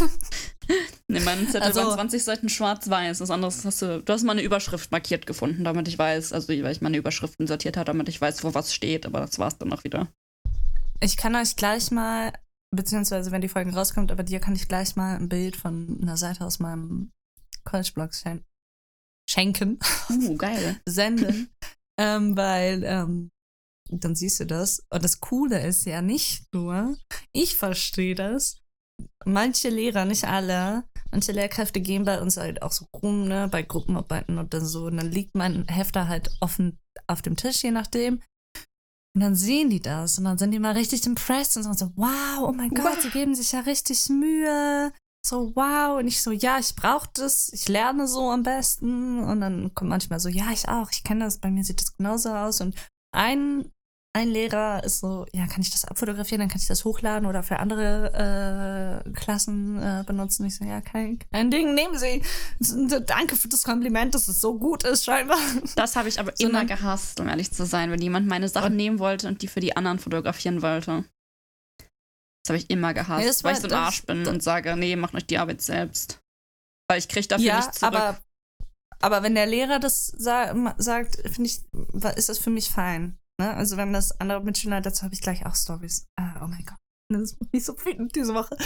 Ne, mein Zettel Also- waren zwanzig Seiten schwarz-weiß. Das andere hast du, du hast mal eine Überschrift markiert gefunden, damit ich weiß, also weil ich meine Überschriften sortiert habe, damit ich weiß, wo was steht, aber das war's dann auch wieder. Ich kann euch gleich mal, beziehungsweise wenn die Folge rauskommt, aber dir kann ich gleich mal ein Bild von einer Seite aus meinem College-Blog schen- schenken, Uh, geil. senden, ähm, weil ähm, dann siehst du das. Und das Coole ist ja nicht nur, ich verstehe das, manche Lehrer, nicht alle, manche Lehrkräfte gehen bei uns halt auch so rum, ne, bei Gruppenarbeiten und dann so, und dann liegt mein Hefter halt offen auf dem Tisch, je nachdem. Und dann sehen die das und dann sind die mal richtig impressed und sagen so, wow, oh mein Gott, Wow. sie geben sich ja richtig Mühe. So, wow. Und ich so, ja, ich brauche das, ich lerne so am besten. Und dann kommt manchmal so, ja, ich auch, ich kenne das, bei mir sieht das genauso aus. Und ein, ein Lehrer ist so, ja, kann ich das abfotografieren, dann kann ich das hochladen oder für andere äh, Klassen äh, benutzen. Ich so, ja, kein, kein Ding, nehmen Sie. Danke für das Kompliment, dass es so gut ist, scheinbar. Das habe ich aber So immer eine- gehasst, um ehrlich zu sein, wenn jemand meine Sachen Und- nehmen wollte und die für die anderen fotografieren wollte. Das habe ich immer gehasst, Ja, das weil war- ich so ein das- Arsch bin das- und sage, nee, macht euch die Arbeit selbst. Weil ich kriege dafür ja, nicht zurück. aber, aber wenn der Lehrer das sa ma- sagt, finde ich, wa- ist das für mich fein. Ne? Also wenn das andere Mitschüler, dazu habe ich gleich auch Stories. Ah, oh mein Gott, das macht mich so wütend diese Woche.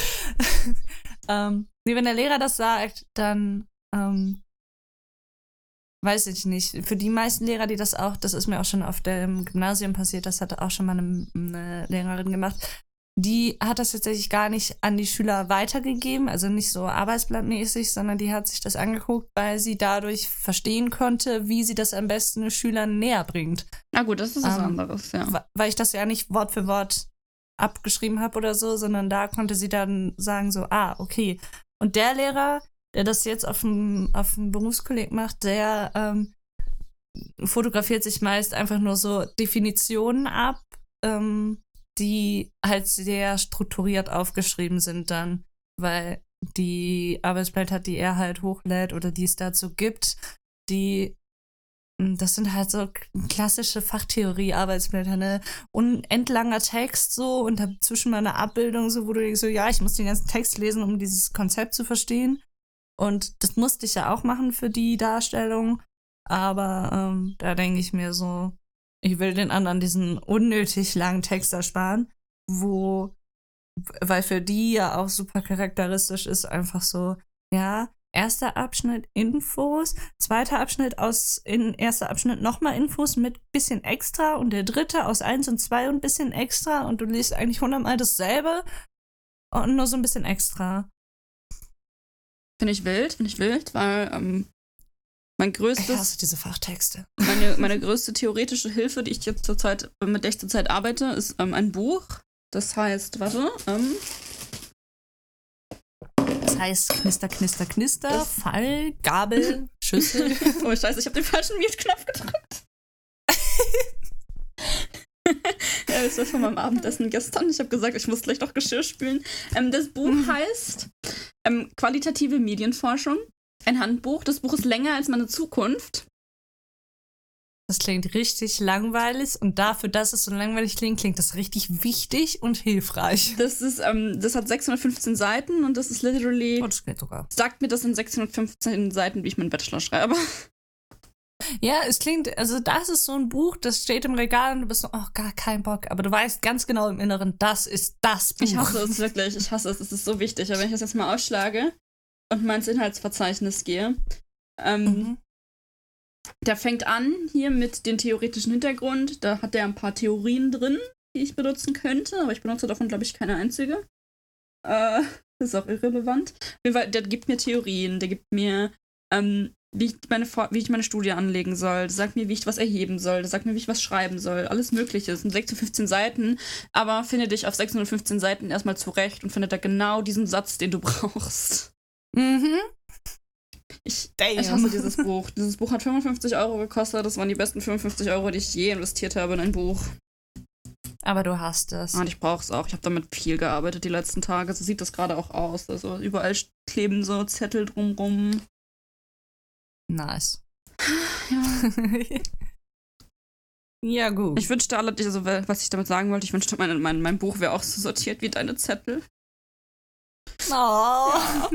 ähm, nee, wenn der Lehrer das sagt, dann ähm, weiß ich nicht. Für die meisten Lehrer, die das auch, das ist mir auch schon auf dem Gymnasium passiert, das hatte auch schon mal eine, eine Lehrerin gemacht, die hat das tatsächlich gar nicht an die Schüler weitergegeben, also nicht so arbeitsblattmäßig, sondern die hat sich das angeguckt, weil sie dadurch verstehen konnte, wie sie das am besten den Schülern näher bringt. Na gut, das ist was Ähm, anderes, ja. Wa- Weil ich das ja nicht Wort für Wort abgeschrieben habe oder so, sondern da konnte sie dann sagen so, ah, okay. Und der Lehrer, der das jetzt auf dem, auf dem Berufskolleg macht, der ähm, fotografiert sich meist einfach nur so Definitionen ab, ähm, die halt sehr strukturiert aufgeschrieben sind dann, weil die Arbeitsblätter, die er halt hochlädt oder die es dazu gibt, die, das sind halt so klassische Fachtheorie-Arbeitsblätter, ne? Unendlanger Text so und dazwischen mal eine Abbildung so, wo du denkst so, ja, ich muss den ganzen Text lesen, um dieses Konzept zu verstehen. Und das musste ich ja auch machen für die Darstellung. Aber ähm, da denke ich mir so, ich will den anderen diesen unnötig langen Text ersparen, wo, weil für die ja auch super charakteristisch ist, einfach so, ja, erster Abschnitt Infos, zweiter Abschnitt aus, in erster Abschnitt nochmal Infos mit bisschen extra und der dritte aus eins und zwei und bisschen extra und du liest eigentlich hundertmal dasselbe und nur so ein bisschen extra. Finde ich wild, finde ich wild, weil ähm, mein Ich größtes, hasse diese Fachtexte. meine, meine gröchste theoretische Hilfe, die ich jetzt zurzeit, mit der ich zurzeit arbeite, ist ähm, ein Buch. Das heißt, warte, ähm, Das heißt Knister, Knister, Knister, Das- Fall, Gabel, Schüssel. oh scheiße, ich habe den falschen Mute-Knopf gedrückt. Ja, das war von meinem Abendessen gestern. Ich habe gesagt, ich muss gleich noch Geschirr spülen. Ähm, das Buch heißt ähm, Qualitative Medienforschung. Ein Handbuch. Das Buch ist länger als meine Zukunft. Das klingt richtig langweilig und dafür, dass es so langweilig klingt, klingt das richtig wichtig und hilfreich. Das ist, ähm, das hat sechshundertfünfzehn Seiten und das ist literally. Oh, das geht sogar. Sagt mir das in sechshundertfünfzehn Seiten, wie ich meinen Bachelor schreibe. Ja, es klingt, also das ist so ein Buch, das steht im Regal und du bist so, oh, gar kein Bock. Aber du weißt ganz genau im Inneren, das ist das Buch. Ich hasse es wirklich, ich hasse es, es ist so wichtig. Aber wenn ich das jetzt mal ausschlage und mal ins Inhaltsverzeichnis gehe, ähm, Mhm. der fängt an hier mit dem theoretischen Hintergrund. Da hat er ein paar Theorien drin, die ich benutzen könnte, aber ich benutze davon, glaube ich, keine einzige. Äh, das ist auch irrelevant. Auf jeden Fall, der gibt mir Theorien, der gibt mir, ähm, wie ich meine, wie ich meine Studie anlegen soll, der sagt mir, wie ich was erheben soll, der sagt mir, wie ich was schreiben soll, alles Mögliche. Es sind sechshundertfünfzehn Seiten, aber finde dich auf sechshundertfünfzehn Seiten erstmal zurecht und finde da genau diesen Satz, den du brauchst. Mhm. Ich, Damn. ich hasse dieses Buch. Dieses Buch hat fünfundfünfzig Euro gekostet. Das waren die besten fünfundfünfzig Euro, die ich je investiert habe in ein Buch. Aber du hast es. Und ich brauche es auch. Ich habe damit viel gearbeitet die letzten Tage. So sieht das gerade auch aus. Also überall kleben so Zettel drumrum. Nice. Ja. Ja, gut. Ich wünschte allerdings, also was ich damit sagen wollte, ich wünschte, mein, mein, mein Buch wäre auch so sortiert wie deine Zettel. Oh. Ja.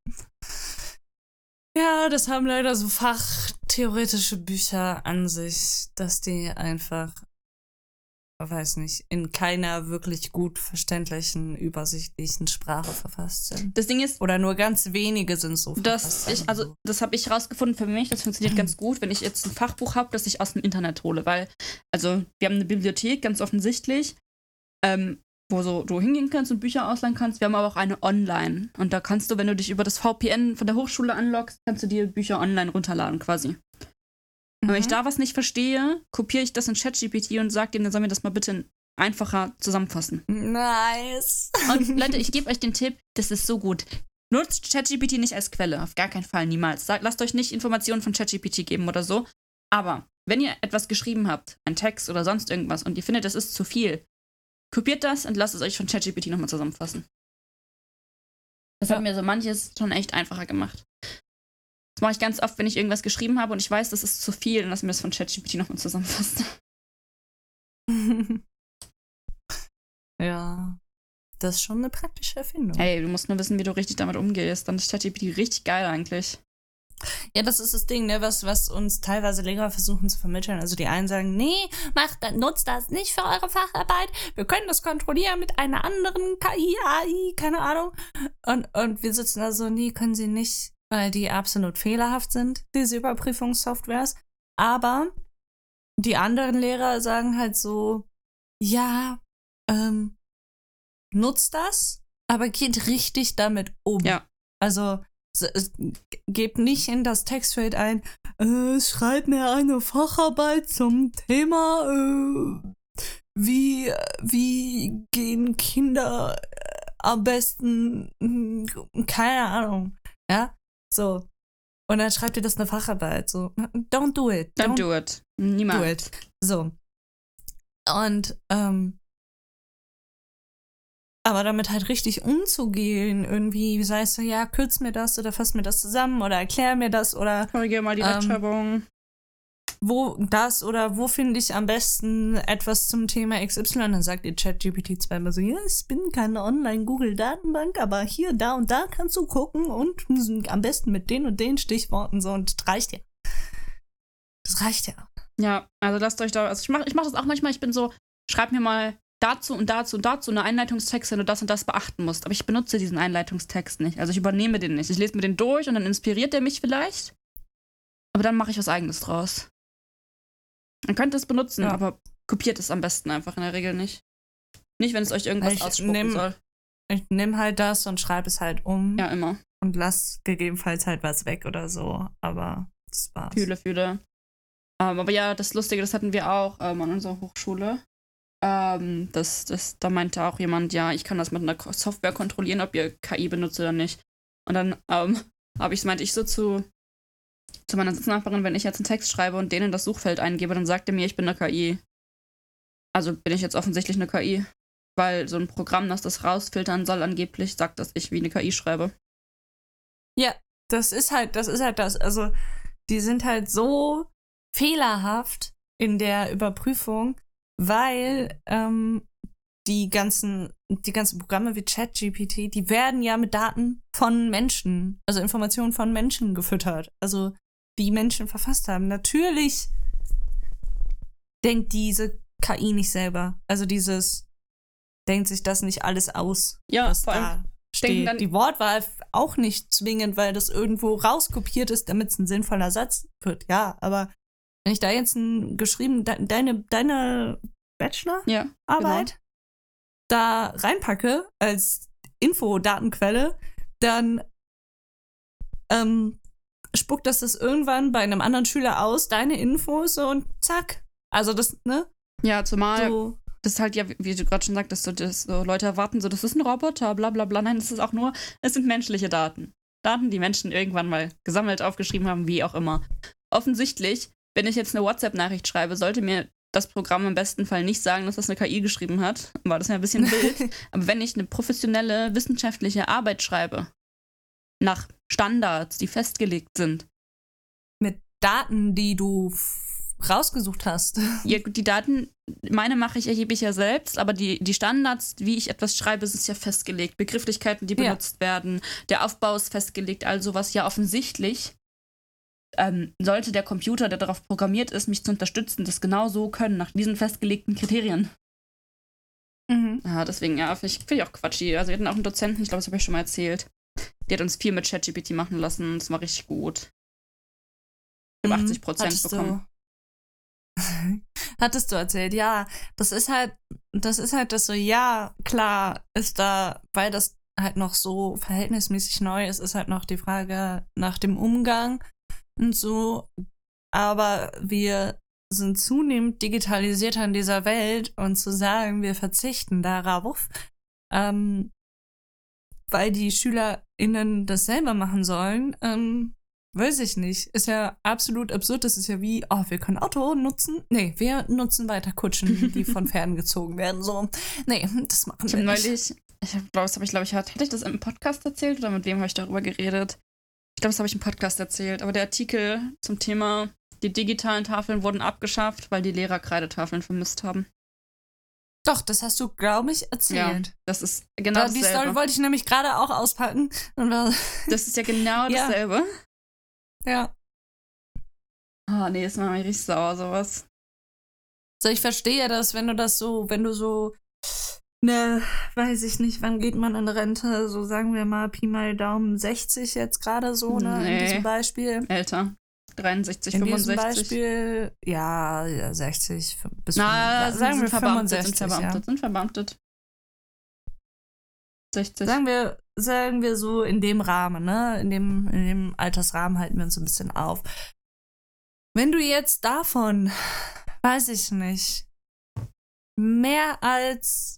Ja, das haben leider so fachtheoretische Bücher an sich, dass die einfach, weiß nicht, in keiner wirklich gut verständlichen, übersichtlichen Sprache verfasst sind. Das Ding ist, oder nur ganz wenige sind so das verfasst. ich, also das habe ich rausgefunden für mich, das funktioniert ganz gut, wenn ich jetzt ein Fachbuch habe, das ich aus dem Internet hole, weil, also wir haben eine Bibliothek, ganz offensichtlich, ähm, wo so du hingehen kannst und Bücher ausleihen kannst. Wir haben aber auch eine online. Und da kannst du, wenn du dich über das V P N von der Hochschule anloggst, kannst du dir Bücher online runterladen quasi. Mhm. Und wenn ich da was nicht verstehe, kopiere ich das in ChatGPT und sage denen, dann soll mir das mal bitte einfacher zusammenfassen. Nice. Und Leute, ich gebe euch den Tipp, das ist so gut. Nutzt ChatGPT nicht als Quelle, auf gar keinen Fall, niemals. Lasst euch nicht Informationen von ChatGPT geben oder so. Aber wenn ihr etwas geschrieben habt, einen Text oder sonst irgendwas, und ihr findet, das ist zu viel, kopiert das und lasst es euch von ChatGPT nochmal zusammenfassen. Das ja. hat mir so manches schon echt einfacher gemacht. Das mache ich ganz oft, wenn ich irgendwas geschrieben habe und ich weiß, das ist zu viel, und lass mir das von ChatGPT nochmal zusammenfassen. Ja, das ist schon eine praktische Erfindung. Hey, du musst nur wissen, wie du richtig damit umgehst. Dann ist ChatGPT richtig geil eigentlich. Ja, das ist das Ding, ne, was, was uns teilweise Lehrer versuchen zu vermitteln. Also die einen sagen, nee, macht, nutzt das nicht für eure Facharbeit. Wir können das kontrollieren mit einer anderen K I, A I, keine Ahnung. Und, und wir sitzen da so, nee, können sie nicht, weil die absolut fehlerhaft sind, diese Überprüfungssoftwares. Aber die anderen Lehrer sagen halt so, ja, ähm, nutzt das, aber geht richtig damit um. Ja. Also gebt nicht in das Textfeld ein, äh, schreib mir eine Facharbeit zum Thema, äh, wie, wie gehen Kinder äh, am besten, äh, keine Ahnung, ja, so. Und dann schreibt ihr das eine Facharbeit, so, don't do it. Don't, don't do it. Niemals. Do it. So. Und, ähm, aber damit halt richtig umzugehen, irgendwie, wie heißt du, ja, kürz mir das oder fass mir das zusammen oder erklär mir das oder korrigiere mal die ähm, Rechtschreibung. Wo das oder wo finde ich am besten etwas zum Thema X Y? Dann sagt ihr ChatGPT zweimal so, ja, ich bin keine Online-Google-Datenbank, aber hier, da und da kannst du gucken und am besten mit den und den Stichworten so, und das reicht ja. Das reicht ja. Ja, also lasst euch da, also ich mache ich mach das auch manchmal, ich bin so, schreib mir mal dazu und dazu und dazu eine Einleitungstext, wenn du das und das beachten musst. Aber ich benutze diesen Einleitungstext nicht. Also ich übernehme den nicht. Ich lese mir den durch und dann inspiriert der mich vielleicht. Aber dann mache ich was Eigenes draus. Man könnte es benutzen, ja. aber kopiert es am besten einfach in der Regel nicht. Nicht, wenn es euch irgendwas ich ausspucken nehm, soll. Ich nehme halt das und schreibe es halt um. Ja, immer. Und lass gegebenenfalls halt was weg oder so. Aber das war's. Fühle, fühle. Um, aber ja, das Lustige, das hatten wir auch ähm, an unserer Hochschule. Ähm, das, das, da meinte auch jemand, ja, ich kann das mit einer Software kontrollieren, ob ihr K I benutzt oder nicht. Und dann ähm, habe ich, meinte ich so zu, zu meiner Sitznachbarin, wenn ich jetzt einen Text schreibe und den in das Suchfeld eingebe, dann sagt er mir, ich bin eine K I. Also bin ich jetzt offensichtlich eine K I. Weil so ein Programm, das das rausfiltern soll, angeblich sagt, dass ich wie eine K I schreibe. Ja, das ist halt, das ist halt das. Also, die sind halt so fehlerhaft, in der Überprüfung, weil ähm, die ganzen, die ganzen Programme wie ChatGPT, die werden ja mit Daten von Menschen, also Informationen von Menschen gefüttert. Also die Menschen verfasst haben. Natürlich denkt diese K I nicht selber. Also dieses, denkt sich das nicht alles aus, Ja, was vor allem da denken steht. dann- Die Wortwahl auch nicht zwingend, weil das irgendwo rauskopiert ist, damit es ein sinnvoller Satz wird. Ja, aber wenn ich da jetzt ein geschrieben, de deine, deine Bachelorarbeit Ja, genau. da reinpacke als Infodatenquelle, dann ähm, spuckt das das irgendwann bei einem anderen Schüler aus, deine Infos und zack. Also das, ne? Ja, zumal So. das ist halt ja, wie du gerade schon sagtest, so, dass so Leute erwarten, so, das ist ein Roboter, bla bla bla. Nein, das ist auch nur, es sind menschliche Daten. Daten, die Menschen irgendwann mal gesammelt, aufgeschrieben haben, wie auch immer. Offensichtlich, wenn ich jetzt eine WhatsApp-Nachricht schreibe, sollte mir das Programm im besten Fall nicht sagen, dass das eine K I geschrieben hat. War das ja ein bisschen wild. Aber wenn ich eine professionelle, wissenschaftliche Arbeit schreibe, nach Standards, die festgelegt sind, Mit Daten, die du f- rausgesucht hast. ja, gut, die Daten, meine mache ich, erhebe ich ja selbst, aber die, die Standards, wie ich etwas schreibe, ist ja festgelegt. Begrifflichkeiten, die Ja. benutzt werden, der Aufbau ist festgelegt, all sowas. Ja, offensichtlich ähm, sollte der Computer, der darauf programmiert ist, mich zu unterstützen, das genau so können, nach diesen festgelegten Kriterien. Mhm. Ja, deswegen, ja, finde ich, find ich auch quatschig. Also wir hatten auch einen Dozenten, ich glaube, das habe ich schon mal erzählt, die hat uns viel mit ChatGPT machen lassen, das war richtig gut. Ich habe Mhm. achtzig Prozent Hattest bekommen. Du, hattest du erzählt, ja. Das ist halt, das ist halt das so, ja, klar, ist da, weil das halt noch so verhältnismäßig neu ist, ist halt noch die Frage nach dem Umgang und so. Aber wir sind zunehmend digitalisierter in dieser Welt und zu sagen, wir verzichten darauf, ähm, weil die SchülerInnen das selber machen sollen, ähm, weiß ich nicht. Ist ja absolut absurd. Das ist ja wie, oh, wir können Auto nutzen. Nee, wir nutzen weiter Kutschen, die von Pferden gezogen werden. So, nee, das machen Ich wir habe nicht. neulich, ich glaube, das habe ich, glaube ich, hatte ich das im Podcast erzählt oder mit wem habe ich darüber geredet? Ich glaube, das habe ich im Podcast erzählt. Aber der Artikel zum Thema, die digitalen Tafeln wurden abgeschafft, weil die Lehrer Kreidetafeln vermisst haben. Doch, das hast du, glaube ich, erzählt. Das ist genau Da, die Story dasselbe. wollte ich nämlich gerade auch auspacken. Und war, Das ist ja genau Ja. dasselbe. ja. Ah, nee, das macht mich richtig sauer, sowas. So, ich verstehe das, wenn du das so, wenn du so, ne, weiß ich nicht, wann geht man in Rente? So sagen wir mal Pi mal Daumen sechzig jetzt gerade so, ne? In Nee. diesem Beispiel. Älter. dreiundsechzig, In diesem fünfundsechzig. Beispiel, ja, ja, sechzig bis Na, fünfundsiebzig, sind, sagen wir sind verbeamtet, fünfundsechzig, sind verbeamtet, ja. sind verbeamtet. sechzig. Sagen wir, sagen wir so in dem Rahmen, ne? In dem, in dem Altersrahmen halten wir uns so ein bisschen auf. Wenn du jetzt davon, weiß ich nicht, mehr als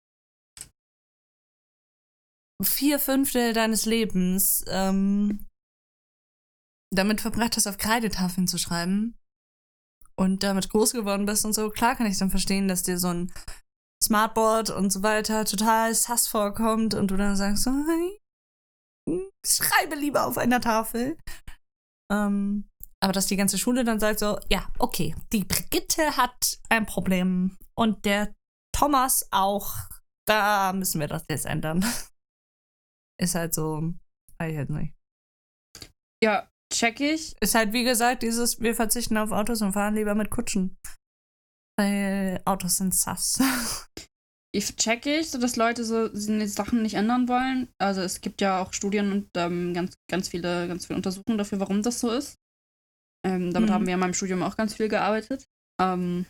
vier Fünftel deines Lebens ähm, damit verbracht hast, auf Kreidetafeln zu schreiben und damit groß geworden bist und so, klar kann ich dann verstehen, dass dir so ein Smartboard und so weiter total sass vorkommt und du dann sagst so, hey, ich schreibe lieber auf einer Tafel. Ähm, aber dass die ganze Schule dann sagt so, ja, okay, die Brigitte hat ein Problem und der Thomas auch, da müssen wir das jetzt ändern. Ist halt so, weiß ich halt nicht. Ja, check ich. Ist halt, wie gesagt, dieses, wir verzichten auf Autos und fahren lieber mit Kutschen. Weil Autos sind sass. Ich check ich, so dass Leute so die Sachen nicht ändern wollen. Also es gibt ja auch Studien und ähm, ganz, ganz viele, ganz viele Untersuchungen dafür, warum das so ist. Ähm, damit Mhm. haben wir in meinem Studium auch ganz viel gearbeitet. Ähm,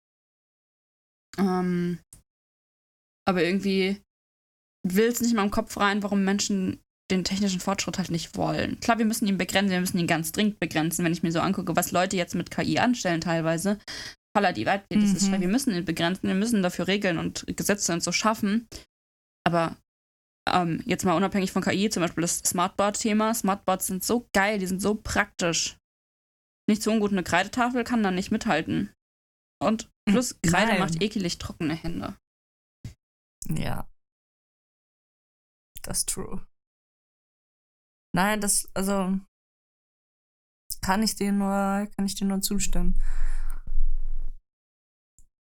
ähm, aber irgendwie will es nicht mal im Kopf rein, warum Menschen den technischen Fortschritt halt nicht wollen. Klar, wir müssen ihn begrenzen, wir müssen ihn ganz dringend begrenzen, wenn ich mir so angucke, was Leute jetzt mit K I anstellen teilweise. Holla die Waldfee, das ist Mhm. schwer. Wir müssen ihn begrenzen, wir müssen dafür Regeln und Gesetze und so schaffen. Aber ähm, jetzt mal unabhängig von K I, zum Beispiel das Smartboard-Thema. Smartboards sind so geil, die sind so praktisch. Nicht so ungut, eine Kreidetafel kann da nicht mithalten. Und plus Kreide Nein. macht ekelig trockene Hände. Ja. Das ist true. Nein, das, also, kann ich dir nur, kann ich dir nur zustimmen.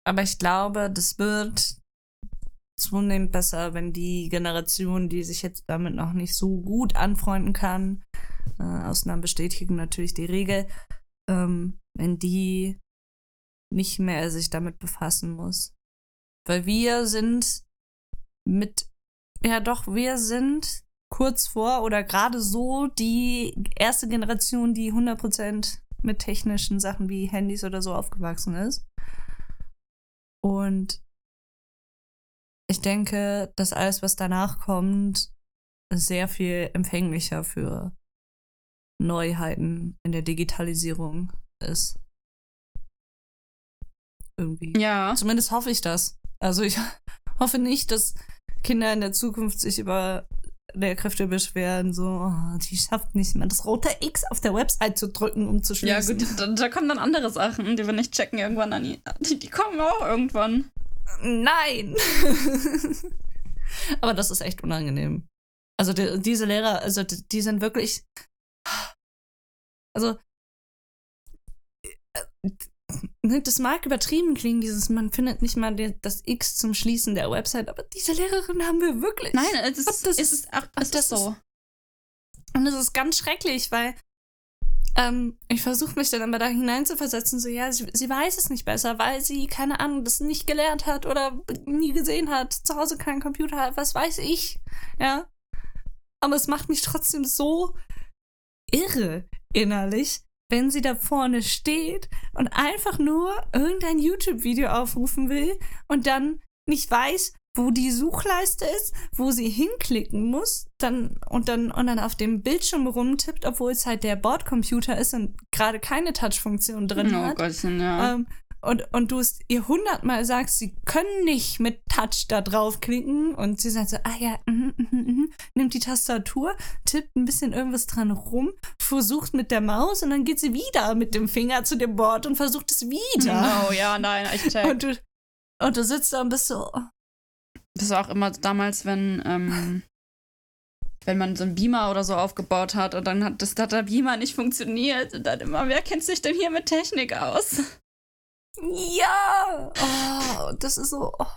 aber ich glaube, das wird zunehmend besser, wenn die Generation, die sich jetzt damit noch nicht so gut anfreunden kann, äh, Ausnahmen bestätigen natürlich die Regel, ähm, wenn die nicht mehr sich damit befassen muss. Weil wir sind mit, ja doch, wir sind kurz vor oder gerade so die erste Generation, die hundert Prozent mit technischen Sachen wie Handys oder so aufgewachsen ist. Und ich denke, dass alles, was danach kommt, sehr viel empfänglicher für Neuheiten in der Digitalisierung ist. Irgendwie. Ja. Zumindest hoffe ich das. Also ich hoffe nicht, dass Kinder in der Zukunft sich über Lehrkräfte beschweren, so, oh, die schafft nicht mal das rote X auf der Website zu drücken, um zu schließen. Ja gut, da, da kommen dann andere Sachen, die wir nicht checken irgendwann an. Die, die kommen auch irgendwann. Nein! Aber das ist echt unangenehm. Also die, diese Lehrer, also die, die sind wirklich, also das mag übertrieben klingen, dieses, man findet nicht mal die, das X zum Schließen der Website, aber diese Lehrerin haben wir wirklich. Nein, es ist, das es ist, ach, es das ist so. Ist, und es ist ganz schrecklich, weil ähm, ich versuche mich dann aber da hineinzuversetzen, so, ja, sie, sie weiß es nicht besser, weil sie, keine Ahnung, das nicht gelernt hat oder nie gesehen hat, zu Hause keinen Computer hat, was weiß ich, ja. Aber es macht mich trotzdem so irre innerlich, wenn sie da vorne steht und einfach nur irgendein YouTube-Video aufrufen will und dann nicht weiß, wo die Suchleiste ist, wo sie hinklicken muss, dann und dann und dann auf dem Bildschirm rumtippt, obwohl es halt der Bordcomputer ist und gerade keine Touch-Funktion drin oh hat. Gottchen, ja. Ähm, und, und du es ihr hundertmal sagst, sie können nicht mit Touch da draufklicken und sie sagt so, ah ja, mhm, mhm, mhm, nimmt die Tastatur, tippt ein bisschen irgendwas dran rum, versucht mit der Maus und dann geht sie wieder mit dem Finger zu dem Board und versucht es wieder. Oh ja, nein, ich check. Und du, und du sitzt da und bist so. Das war auch immer damals, wenn, ähm, wenn man so einen Beamer oder so aufgebaut hat und dann hat, das, hat der Beamer nicht funktioniert und dann immer, wer kennt sich denn hier mit Technik aus? Ja! Oh, das ist so. Oh.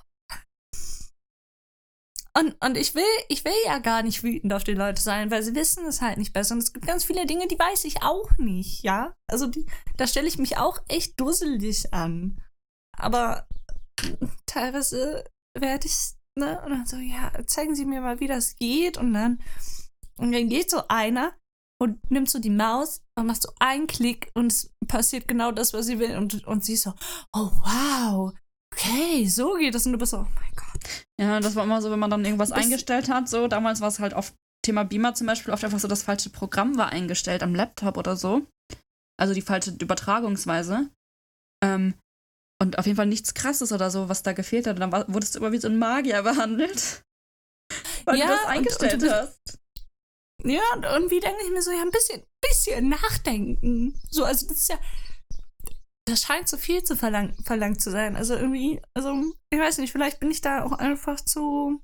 Und, und ich will, ich will ja gar nicht wütend auf die Leute sein, weil sie wissen es halt nicht besser. Und es gibt ganz viele Dinge, die weiß ich auch nicht, ja? Also die, da stelle ich mich auch echt dusselig an. Aber teilweise werde ich, ne? Und dann so, ja, zeigen Sie mir mal, wie das geht. Und dann, und dann geht so einer und nimmt so die Maus und macht so einen Klick und es passiert genau das, was sie will. Und, und sie ist so, oh wow, okay, so geht das. Und du bist so, oh mein Gott. Ja, das war immer so, wenn man dann irgendwas das eingestellt hat. So, damals war es halt auf Thema Beamer zum Beispiel oft einfach so, das falsche Programm war eingestellt am Laptop oder so. Also die falsche Übertragungsweise. Ähm, und auf jeden Fall nichts Krasses oder so, was da gefehlt hat. Und dann war, wurdest du immer wie so ein Magier behandelt. Weil Ja, du das eingestellt und, und, hast. Ja, und irgendwie denke ich mir so, ja, ein bisschen, bisschen nachdenken. So, also das ist ja, das scheint zu viel zu verlang, verlangt zu sein. Also irgendwie, also ich weiß nicht, vielleicht bin ich da auch einfach zu,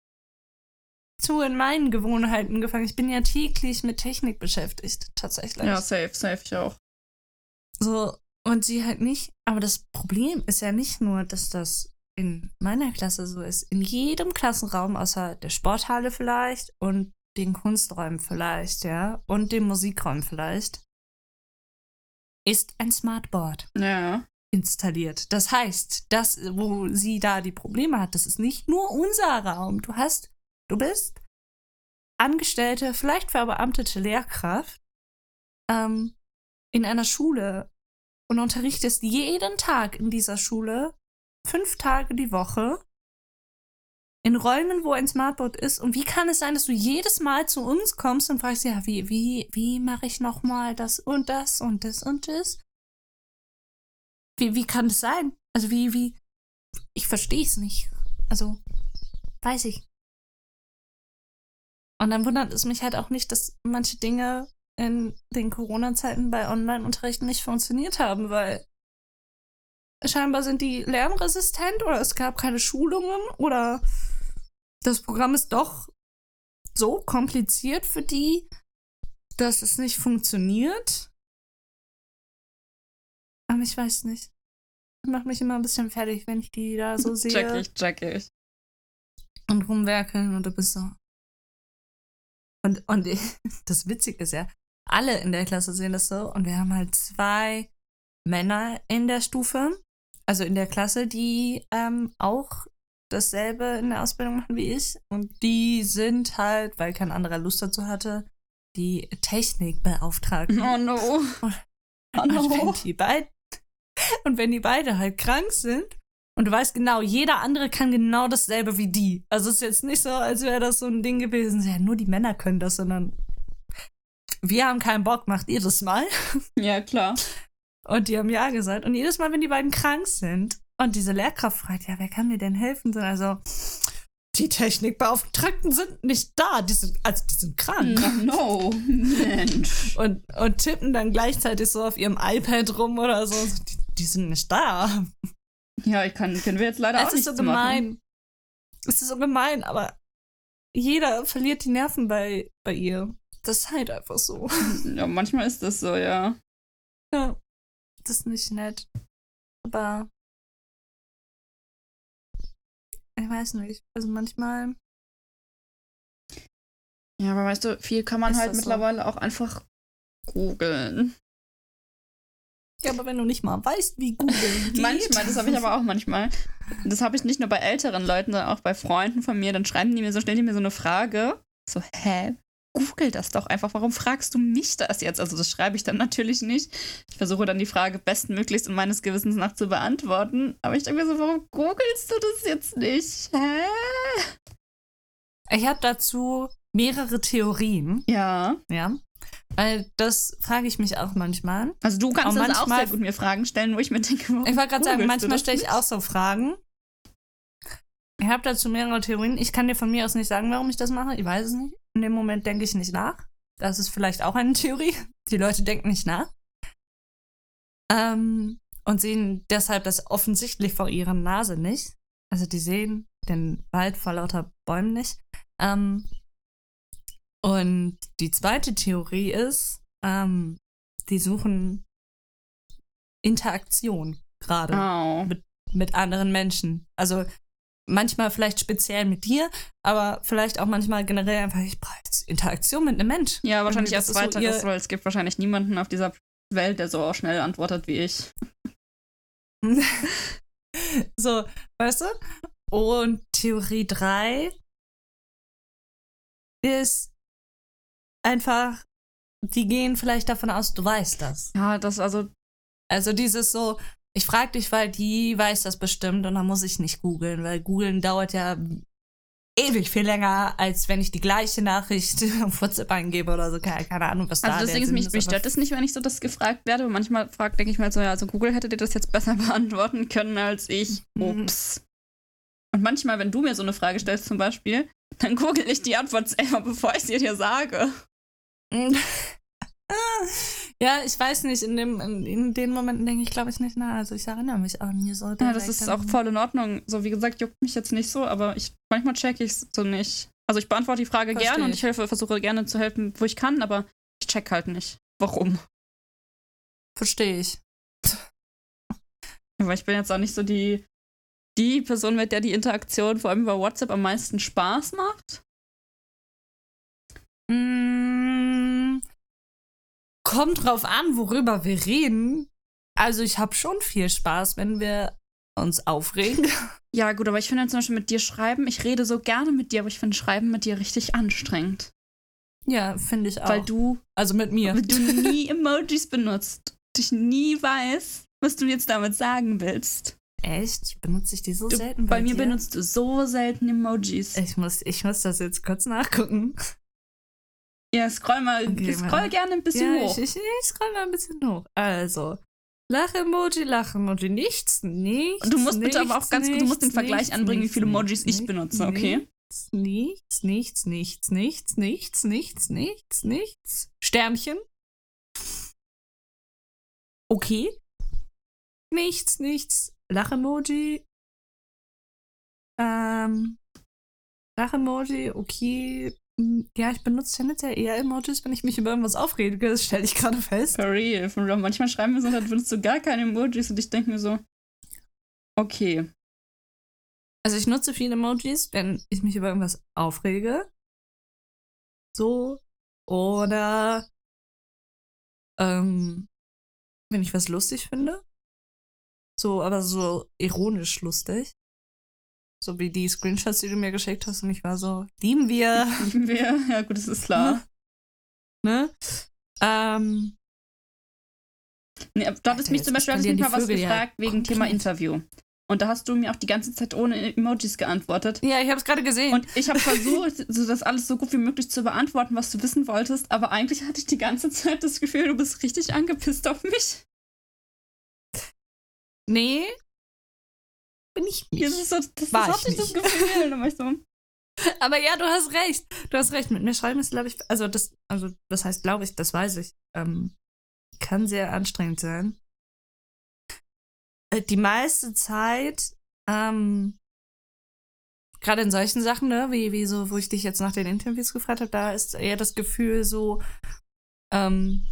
zu in meinen Gewohnheiten gefangen. Ich bin ja täglich mit Technik beschäftigt, tatsächlich. Ja, safe, safe, ich auch. So, und sie halt nicht. Aber das Problem ist ja nicht nur, dass das in meiner Klasse so ist. In jedem Klassenraum, außer der Sporthalle vielleicht und den Kunsträumen vielleicht, ja, und dem Musikraum vielleicht, ist ein Smartboard Ja. installiert. Das heißt, das, wo sie da die Probleme hat, das ist nicht nur unser Raum. Du hast, du bist angestellte, vielleicht verbeamtete Lehrkraft ähm, in einer Schule und unterrichtest jeden Tag in dieser Schule, fünf Tage die Woche, in Räumen, wo ein Smartboard ist. Und wie kann es sein, dass du jedes Mal zu uns kommst und fragst, ja, wie, wie, wie mache ich nochmal das und das und das und das? Wie, wie kann das sein? Also wie, wie, ich verstehe es nicht. Also, weiß ich. Und dann wundert es mich halt auch nicht, dass manche Dinge in den Corona-Zeiten bei Online-Unterrichten nicht funktioniert haben, weil scheinbar sind die lernresistent oder es gab keine Schulungen oder das Programm ist doch so kompliziert für die, dass es nicht funktioniert. Aber ich weiß nicht. macht mich immer ein bisschen fertig, wenn ich die da so sehe. Check ich, check ich. Und rumwerkeln und du bist so. Und, und das Witzige ist ja, alle in der Klasse sehen das so und wir haben halt zwei Männer in der Stufe, also in der Klasse, die ähm, auch dasselbe in der Ausbildung machen wie ich und die sind halt, weil kein anderer Lust dazu hatte, die Technikbeauftragten. Oh no. Und, oh no. und, wenn die beid- und wenn die beide halt krank sind und du weißt genau, jeder andere kann genau dasselbe wie die. Also es ist jetzt nicht so, als wäre das so ein Ding gewesen, ja, nur die Männer können das, sondern wir haben keinen Bock, macht ihr das mal? Ja, klar. Und die haben ja gesagt. Und jedes Mal, wenn die beiden krank sind und diese Lehrkraft fragt, ja, wer kann mir denn helfen? Sind also, die Technikbeauftragten sind nicht da. Die sind, also, die sind krank. No, Mensch. Und, und tippen dann gleichzeitig so auf ihrem iPad rum oder so. Die, die sind nicht da. Ja, ich kann, können wir jetzt leider Es auch ist nichts so gemein. machen. Es ist so gemein, aber jeder verliert die Nerven bei, bei ihr. Das ist halt einfach so. Ja, manchmal ist das so, ja. Ja, das ist nicht nett. Aber ich weiß nicht. Also manchmal. Ja, aber weißt du, viel kann man Ist halt das so? mittlerweile auch einfach googeln. Ja, aber wenn du nicht mal weißt, wie googeln geht. Manchmal, das habe ich aber auch manchmal. Das habe ich nicht nur bei älteren Leuten, sondern auch bei Freunden von mir. Dann schreiben die mir so, stellen die mir so eine Frage. So, hä? Google das doch einfach. Warum fragst du mich das jetzt? Also das schreibe ich dann natürlich nicht. Ich versuche dann die Frage bestmöglichst und meines Gewissens nach zu beantworten. Aber ich denke mir so, warum googelst du das jetzt nicht? Hä? Ich habe dazu mehrere Theorien. Ja. Ja. Weil das frage ich mich auch manchmal. Also du kannst Aber also auch manchmal- sehr gut mir Fragen stellen, wo ich mir denke, warum Ich wollte gerade sagen, googelst du manchmal das stelle ich nicht? auch so Fragen. Ich habe dazu mehrere Theorien. Ich kann dir von mir aus nicht sagen, warum ich das mache. Ich weiß es nicht. In dem Moment denke ich nicht nach. Das ist vielleicht auch eine Theorie. Die Leute denken nicht nach. Ähm, und sehen deshalb das offensichtlich vor ihrer Nase nicht. Also die sehen den Wald vor lauter Bäumen nicht. Ähm, und die zweite Theorie ist, ähm, die suchen Interaktion gerade Oh. mit, mit anderen Menschen. Also manchmal vielleicht speziell mit dir, aber vielleicht auch manchmal generell einfach, ich brauche jetzt Interaktion mit einem Mensch. Ja, wahrscheinlich Irgendwie, erst das ist so weiteres, ihr- weil es gibt wahrscheinlich niemanden auf dieser Welt, der so auch schnell antwortet wie ich. So, weißt du? Und Theorie drei ist einfach, die gehen vielleicht davon aus, du weißt das. Ja, das also, Also dieses so, ich frage dich, weil die weiß das bestimmt und dann muss ich nicht googeln, weil googeln dauert ja ewig viel länger, als wenn ich die gleiche Nachricht auf WhatsApp eingebe oder so. Keine, keine Ahnung, was da also der deswegen ist Sinn mich, ist, mich aber- stört es nicht, wenn ich so das gefragt werde. Und manchmal frag, denke ich mir halt so, ja, also Google hätte dir das jetzt besser beantworten können als ich. Mhm. Ups. Und manchmal, wenn du mir so eine Frage stellst zum Beispiel, dann google ich die Antwort selber, bevor ich sie dir sage. Ja, ich weiß nicht, in, dem, in, in den Momenten denke ich, glaube ich, nicht nach. Also ich erinnere mich auch nie so. Ja, direkt das ist an- auch voll in Ordnung. So, wie gesagt, juckt mich jetzt nicht so, aber ich manchmal check ich es so nicht. Also ich beantworte die Frage Versteh gerne und ich. ich helfe, versuche gerne zu helfen, wo ich kann, aber ich check halt nicht. Warum? Verstehe ich. Weil ich bin jetzt auch nicht so die, die Person, mit der die Interaktion vor allem über WhatsApp am meisten Spaß macht. Mm, kommt drauf an, worüber wir reden. Also ich habe schon viel Spaß, wenn wir uns aufregen. Ja, gut, aber ich finde zum Beispiel mit dir schreiben, ich rede so gerne mit dir, aber ich finde Schreiben mit dir richtig anstrengend. Ja, finde ich auch. Weil du, also mit mir. weil du nie Emojis benutzt. Und ich nie weiß, was du jetzt damit sagen willst. Echt? Benutze ich die so Du, selten bei bei mir dir? benutzt du so selten Emojis. Ich muss, ich muss das jetzt kurz nachgucken. Ja, scroll mal, Okay, scroll warte. gerne ein bisschen Ja, hoch. ich, ich, ich scroll mal ein bisschen hoch. Also, Lach-Emoji, Lach-Emoji, nichts, nichts. Und du musst bitte aber auch nichts, ganz gut, du musst den nichts, Vergleich nichts, anbringen, wie nichts, viele Emojis nichts, ich benutze, okay? Nichts, nichts, nichts, nichts, nichts, nichts, nichts, nichts. Sternchen. Okay. Nichts, nichts. Lach-Emoji. Ähm. Lach-Emoji, okay. Hm, Ja, ich benutze tendenziell eher Emojis, wenn ich mich über irgendwas aufrege. Das stelle ich gerade fest. For real. For real. Manchmal schreiben wir so, dann benutzt du gar keine Emojis und ich denke mir so, Okay. Also ich nutze viele Emojis, wenn ich mich über irgendwas aufrege. So. Oder ähm, wenn ich was lustig finde. So, aber so ironisch lustig. So wie die Screenshots, die du mir geschickt hast. Und ich war so, lieben wir. Lieben wir. Ja, gut, das ist klar. Ne? Ähm. Nee, du hattest mich zum Beispiel hattest mich mal was Vögel, gefragt ja. wegen Thema Interview. Und da hast du mir auch die ganze Zeit ohne Emojis geantwortet. Ja, ich habe es gerade gesehen. Und ich habe versucht, so das alles so gut wie möglich zu beantworten, was du wissen wolltest. Aber eigentlich hatte ich die ganze Zeit das Gefühl, du bist richtig angepisst auf mich. Nee. Bin ich nicht. Das, ist so, das, War das hatte ich ich das Gefühl. Und ich so, Aber ja, du hast recht. Du hast recht. Mit mir schreiben ist, glaube ich, also das, also das heißt, glaube ich, das weiß ich. Ähm, kann sehr anstrengend sein. Äh, die meiste Zeit, ähm, gerade in solchen Sachen, ne, wie, wie so, wo ich dich jetzt nach den Interviews gefragt habe, da ist eher das Gefühl so, ähm,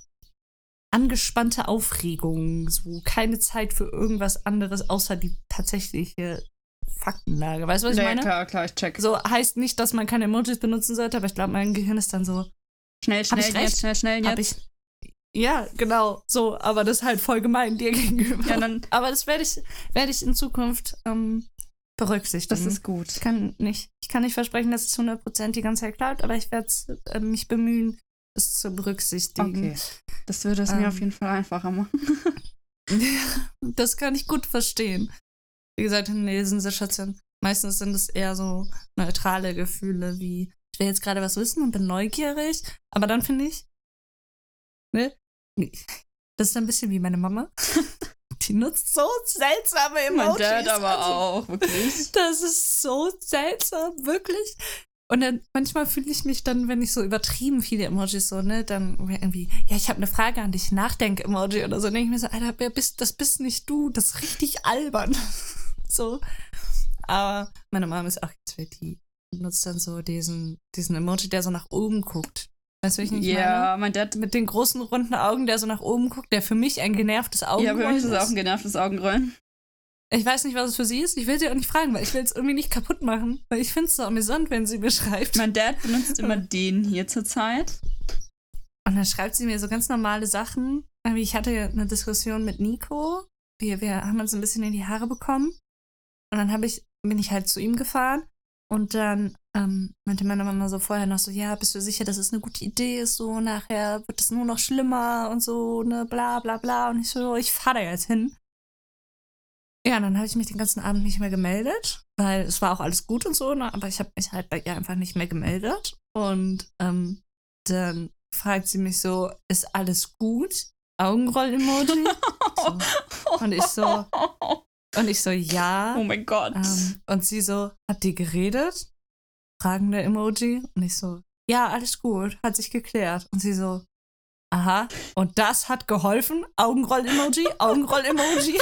angespannte Aufregung, so keine Zeit für irgendwas anderes, außer die tatsächliche Faktenlage. Weißt du, was ich nee, meine? klar, klar, ich check. So heißt nicht, dass man keine Emojis benutzen sollte, aber ich glaube, mein Gehirn ist dann so, Schnell, Hab ich schnell, recht? jetzt, schnell, schnell, hab jetzt. ich. Ja, genau, so, aber das ist halt voll gemein dir gegenüber. Ja, dann, aber das werde ich, werde ich in Zukunft ähm, berücksichtigen. das ist gut. Ich kann nicht, ich kann nicht versprechen, dass es hundert Prozent die ganze Zeit klappt, aber ich werde äh, mich bemühen, es zu berücksichtigen. Okay. Das würde es Ähm. mir auf jeden Fall einfacher machen. Das kann ich gut verstehen. Wie gesagt, in diesen Situationen, meistens sind es eher so neutrale Gefühle, wie ich will jetzt gerade was wissen und bin neugierig, aber dann finde ich, ne, das ist ein bisschen wie meine Mama. Die nutzt so seltsame Emojis. Mein Dad aber also, auch, wirklich. Das ist so seltsam, wirklich. Und dann manchmal fühle ich mich dann, wenn ich so übertrieben viele Emojis so, ne, dann irgendwie, ja, ich habe eine Frage an dich, Nachdenk-Emoji oder so, denke ich mir so, Alter, wer bist, das bist nicht du, das ist richtig albern. So. Aber meine Mama ist auch jetzt weg, die nutzt dann so diesen, diesen Emoji, der so nach oben guckt. Weißt du, wie ich nicht Ja, meine? mein Dad. Mit den großen runden Augen, der so nach oben guckt, der für mich ein genervtes Ja, Augenrollen für mich ist ist. das auch ein genervtes Augenrollen. Ich weiß nicht, was es für sie ist. Ich will sie auch nicht fragen, weil ich will es irgendwie nicht kaputt machen. Weil ich finde es so amüsant, wenn sie mir schreibt. Mein Dad benutzt immer den hier zur Zeit. Und dann schreibt sie mir so ganz normale Sachen. Irgendwie, ich hatte eine Diskussion mit Nico. Wir, wir haben uns ein bisschen in die Haare bekommen. Und dann hab ich, bin ich halt zu ihm gefahren. Und dann ähm, meinte meine Mama so vorher noch so, ja, bist du sicher, dass es eine gute Idee ist? So, nachher wird es nur noch schlimmer und so, ne, bla bla bla. Und ich so, ich fahr da jetzt hin. Ja, dann habe ich mich den ganzen Abend nicht mehr gemeldet, weil es war auch alles gut und so, ne, aber ich habe mich halt bei ihr einfach nicht mehr gemeldet. Und ähm, dann fragt sie mich so, ist alles gut? Augenroll-Emoji. So. Und ich so, und ich so, ja. Oh mein Gott. Ähm, und sie so, hat die geredet? Fragende Emoji. Und ich so, ja, alles gut, hat sich geklärt. Und sie so, aha. Und das hat geholfen? Augenroll-Emoji, Augenroll-Emoji.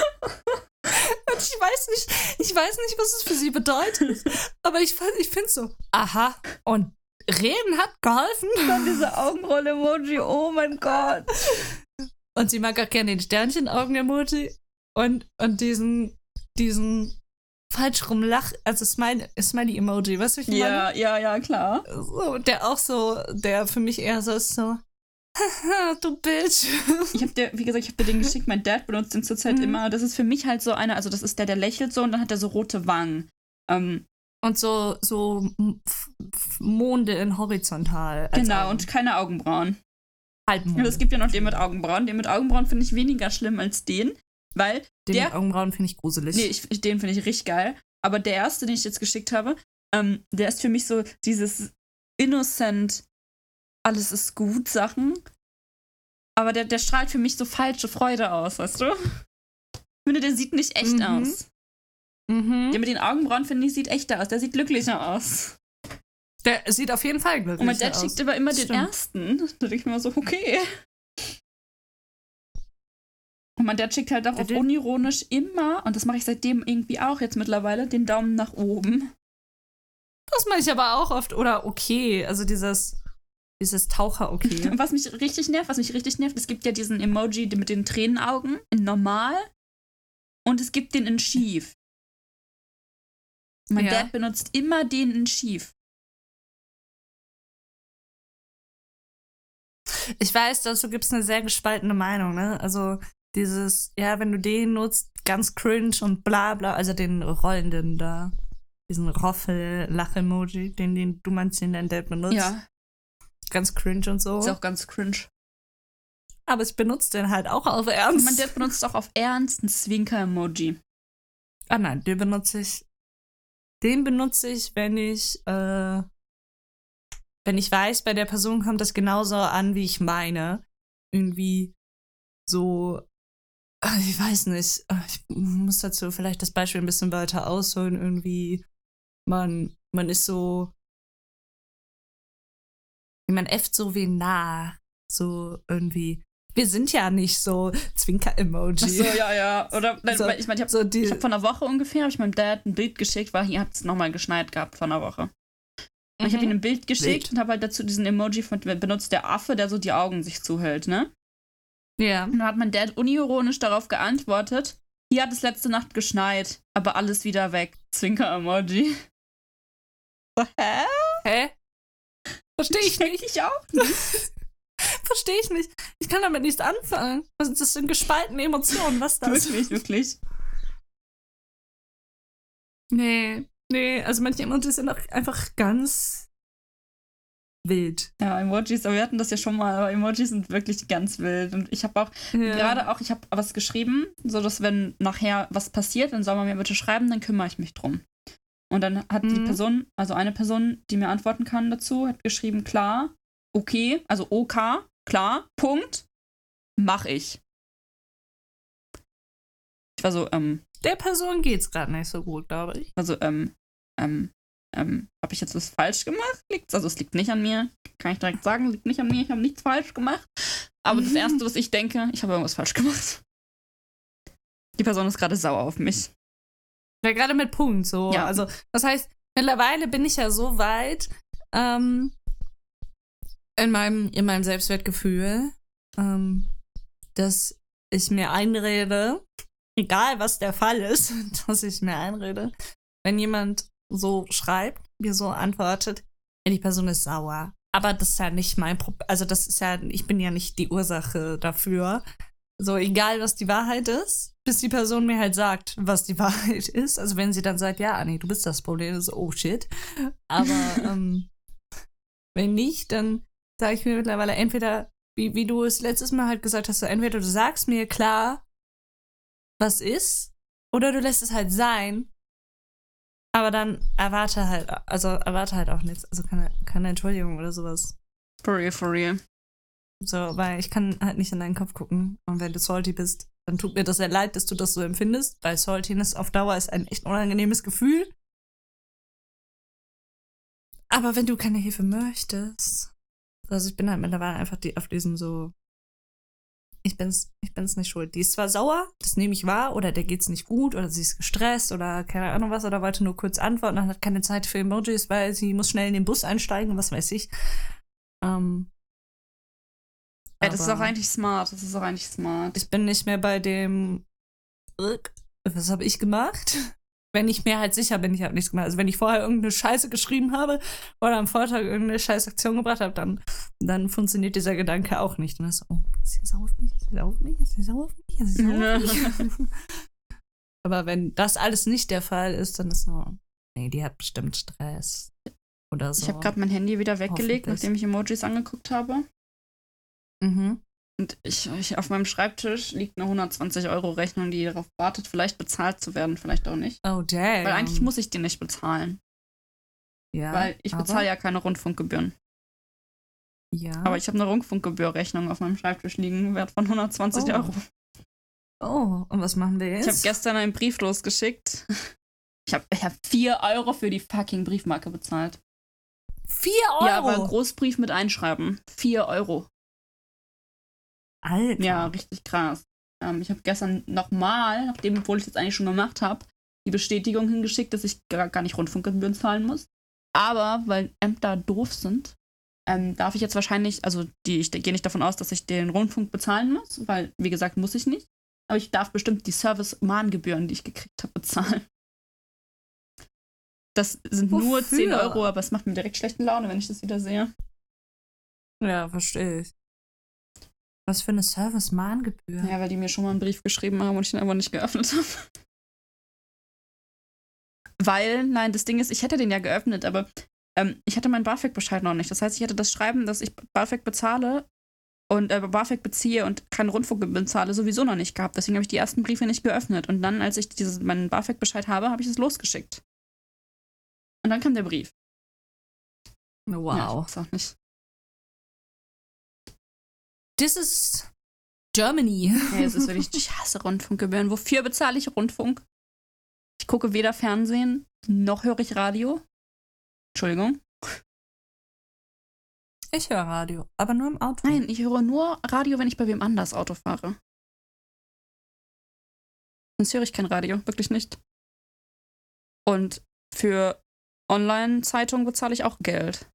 Und ich weiß nicht, ich weiß nicht, was es für sie bedeutet. Aber ich, ich finde so, aha. Und reden hat geholfen. Dann diese Augenroll-Emoji, oh mein Gott. Und sie mag auch gerne den Sternchen-Augen-Emoji und, und diesen, diesen falsch rum Lach, also Smiley, Smiley-Emoji, weißt du, wie ich Ja, meine? ja, ja, klar. So, der auch so, der für mich eher so ist so, haha, du Bitch. Ich hab dir, wie gesagt, ich hab dir den geschickt, mein Dad benutzt den zurzeit Mhm. immer. Das ist für mich halt so einer, also das ist der, der lächelt so und dann hat er so rote Wangen. Ähm, Und so, so F- F- Monde in horizontal. als genau, Augen. und keine Augenbrauen. Halbmonde. Und es gibt ja noch den mit Augenbrauen. Den mit Augenbrauen finde ich weniger schlimm als den, weil Den der, mit Augenbrauen finde ich gruselig. nee, ich, ich- den finde ich richtig geil. Aber der erste, den ich jetzt geschickt habe, ähm, der ist für mich so dieses innocent, alles ist gut Sachen. Aber der, der strahlt für mich so falsche Freude aus, weißt du? Ich finde, der sieht nicht echt Mhm. aus. Mhm. Der mit den Augenbrauen, finde ich, sieht echter aus. Der sieht glücklicher aus. Der sieht auf jeden Fall glücklich Und mein Dad aus. schickt aber immer den Stimmt. ersten. Da denke ich mir immer so, okay. Und mein Dad schickt halt auch Der auf den- unironisch immer, und das mache ich seitdem irgendwie auch jetzt mittlerweile, den Daumen nach oben. Das mache ich aber auch oft. Oder okay, also dieses, dieses Taucher-Okay. Und was mich richtig nervt, was mich richtig nervt, es gibt ja diesen Emoji mit den Tränenaugen in normal und es gibt den in schief. Mein Ja. Dad benutzt immer den in schief. Ich weiß, dazu gibt es eine sehr gespaltene Meinung, ne? Also dieses, ja, wenn du den nutzt, ganz cringe und bla bla, also den rollenden da, diesen Roffel-Lach-Emoji, den, den du meinst, den dein Dad benutzt. Ja, Ganz cringe und so. ist auch ganz cringe. Aber ich benutze den halt auch auf Und Ernst. mein Dad benutzt auch auf Ernst ein Zwinker-Emoji. Ah nein, den benutze ich. Den benutze ich, wenn ich, äh, wenn ich weiß, bei der Person kommt das genauso an, wie ich meine. Irgendwie so, ah, ich weiß nicht, ah, ich muss dazu vielleicht das Beispiel ein bisschen weiter ausholen. Irgendwie, man, man ist so, man äfft so wie nah. So irgendwie. Wir sind ja nicht so Zwinker-Emoji. Ach so, ja, ja. Oder, nein, So, ich meine, ich habe so die, ich hab vor einer Woche ungefähr, habe ich meinem Dad ein Bild geschickt, weil hier hat es nochmal geschneit gehabt vor einer Woche. Und ich habe ihm ein Bild geschickt Wild. und habe halt dazu diesen Emoji von, benutzt, der Affe, der so die Augen sich zuhält, ne? Ja. Und dann hat mein Dad unironisch darauf geantwortet, hier hat es letzte Nacht geschneit, aber alles wieder weg. Zwinker-Emoji. So, hä? Hä? Verstehe ich nicht. Ich auch. Verstehe ich nicht. Ich kann damit nichts anfangen. Was ist das für gespaltene Emotionen? Was ist das? Wirklich, wirklich. Nee, nee, also manche Emojis sind auch einfach ganz wild. Ja, Emojis, aber wir hatten das ja schon mal, aber Emojis sind wirklich ganz wild. Und ich habe auch, Ja. gerade auch, ich habe was geschrieben, so dass wenn nachher was passiert, dann soll man mir bitte schreiben, dann kümmere ich mich drum. Und dann hat die Mhm. Person, also eine Person, die mir antworten kann dazu, hat geschrieben, klar, okay, also OK, klar, Punkt, mach ich. Ich war so, ähm, Der Person geht's gerade nicht so gut, glaube ich. also, ähm, ähm, ähm, habe ich jetzt was falsch gemacht? Liegt's? Also es liegt nicht an mir. Kann ich direkt sagen, liegt nicht an mir, ich habe nichts falsch gemacht. Aber das Erste, was ich denke, ich habe irgendwas falsch gemacht. Die Person ist gerade sauer auf mich. Ja, gerade mit Punkt so. Ja. Also, das heißt, mittlerweile bin ich ja so weit ähm, in, meinem, in meinem Selbstwertgefühl, ähm, dass ich mir einrede, egal was der Fall ist, dass ich mir einrede, wenn jemand so schreibt, mir so antwortet, ja, die Person ist sauer. Aber das ist ja nicht mein Problem. Also, das ist ja, ich bin ja nicht die Ursache dafür. So, egal was die Wahrheit ist, bis die Person mir halt sagt, was die Wahrheit ist. Also, wenn sie dann sagt, ja, Anni, du bist das Problem, ist so, oh shit. Aber ähm, wenn nicht, dann sage ich mir mittlerweile entweder, wie, wie du es letztes Mal halt gesagt hast, so, entweder du sagst mir klar, was ist, oder du lässt es halt sein. Aber dann erwarte halt, also erwarte halt auch nichts. Also keine, keine Entschuldigung oder sowas. For real, for real. So, weil ich kann halt nicht in deinen Kopf gucken. Und wenn du salty bist, dann tut mir das sehr leid, dass du das so empfindest, weil Saltiness auf Dauer ist ein echt unangenehmes Gefühl. Aber wenn du keine Hilfe möchtest, also ich bin halt mittlerweile einfach die, auf diesem so, ich bin's, ich bin's nicht schuld. Die ist zwar sauer, das nehme ich wahr, oder der geht's nicht gut, oder sie ist gestresst, oder keine Ahnung was, oder wollte nur kurz antworten und hat keine Zeit für Emojis, weil sie muss schnell in den Bus einsteigen, was weiß ich. Ähm, Ja, das ist auch aber eigentlich smart. Das ist auch eigentlich smart. ich bin nicht mehr bei dem, was habe ich gemacht? Wenn ich mir halt sicher bin, ich habe nichts gemacht. Also wenn ich vorher irgendeine Scheiße geschrieben habe oder am Vortag irgendeine Scheißaktion gebracht habe, dann, dann funktioniert dieser Gedanke auch nicht. Und dann ist so, oh, ist sie sauer auf mich? Ist sie sauer auf mich? Ist sie sauer auf mich? Ist sie sauer auf mich? Aber wenn das alles nicht der Fall ist, dann ist so, nee, die hat bestimmt Stress. Oder so. Ich habe gerade mein Handy wieder weggelegt, Hoffentlich. nachdem ich Emojis angeguckt habe. Mhm. Und ich, ich auf meinem Schreibtisch liegt eine hundertzwanzig Euro Rechnung, die darauf wartet, vielleicht bezahlt zu werden, vielleicht auch nicht. Oh, damn. Weil eigentlich muss ich die nicht bezahlen. ja, weil ich aber- bezahle ja keine Rundfunkgebühren. Ja. Aber ich habe eine Rundfunkgebührrechnung auf meinem Schreibtisch liegen, wert von hundertzwanzig Oh. Euro. Oh, und was machen wir jetzt? Ich habe gestern einen Brief losgeschickt. Ich habe ich hab vier Euro für die fucking Briefmarke bezahlt. Vier Euro? Ja, aber Großbrief mit Einschreiben. Vier Euro. Alter. Ja, richtig krass. Ähm, ich habe gestern nochmal, nachdem, obwohl ich das eigentlich schon gemacht habe, die Bestätigung hingeschickt, dass ich gar, gar nicht Rundfunkgebühren zahlen muss. Aber, weil Ämter doof sind, ähm, darf ich jetzt wahrscheinlich, also die, ich gehe nicht davon aus, dass ich den Rundfunk bezahlen muss, weil, wie gesagt, muss ich nicht. aber ich darf bestimmt die Service-Mahngebühren, die ich gekriegt habe, bezahlen. Das sind Wofür? nur zehn Euro, aber es macht mir direkt schlechte Laune, wenn ich das wieder sehe. Ja, verstehe ich. Was für eine Service-Mahngebühr? Ja, weil die mir schon mal einen Brief geschrieben haben und ich den aber nicht geöffnet habe. Weil, nein, das Ding ist, ich hätte den ja geöffnet, aber ähm, ich hatte meinen BAföG-Bescheid noch nicht. Das heißt, ich hätte das Schreiben, dass ich BAföG bezahle und äh, BAföG beziehe und keinen Rundfunkgebühren bezahle, sowieso noch nicht gehabt. Deswegen habe ich die ersten Briefe nicht geöffnet. Und dann, als ich dieses, meinen BAföG-Bescheid habe, habe ich es losgeschickt. Und dann kam der Brief. Wow. Ja, ich weiß auch nicht. This is Germany. Ja, es ist wirklich, ich hasse Rundfunkgebühren. Wofür bezahle ich Rundfunk? Ich gucke weder Fernsehen, noch höre ich Radio. Entschuldigung. Ich höre Radio, aber nur im Auto. Nein, ich höre nur Radio, wenn ich bei wem anders Auto fahre. Sonst höre ich kein Radio, wirklich nicht. Und für Online-Zeitungen bezahle ich auch Geld.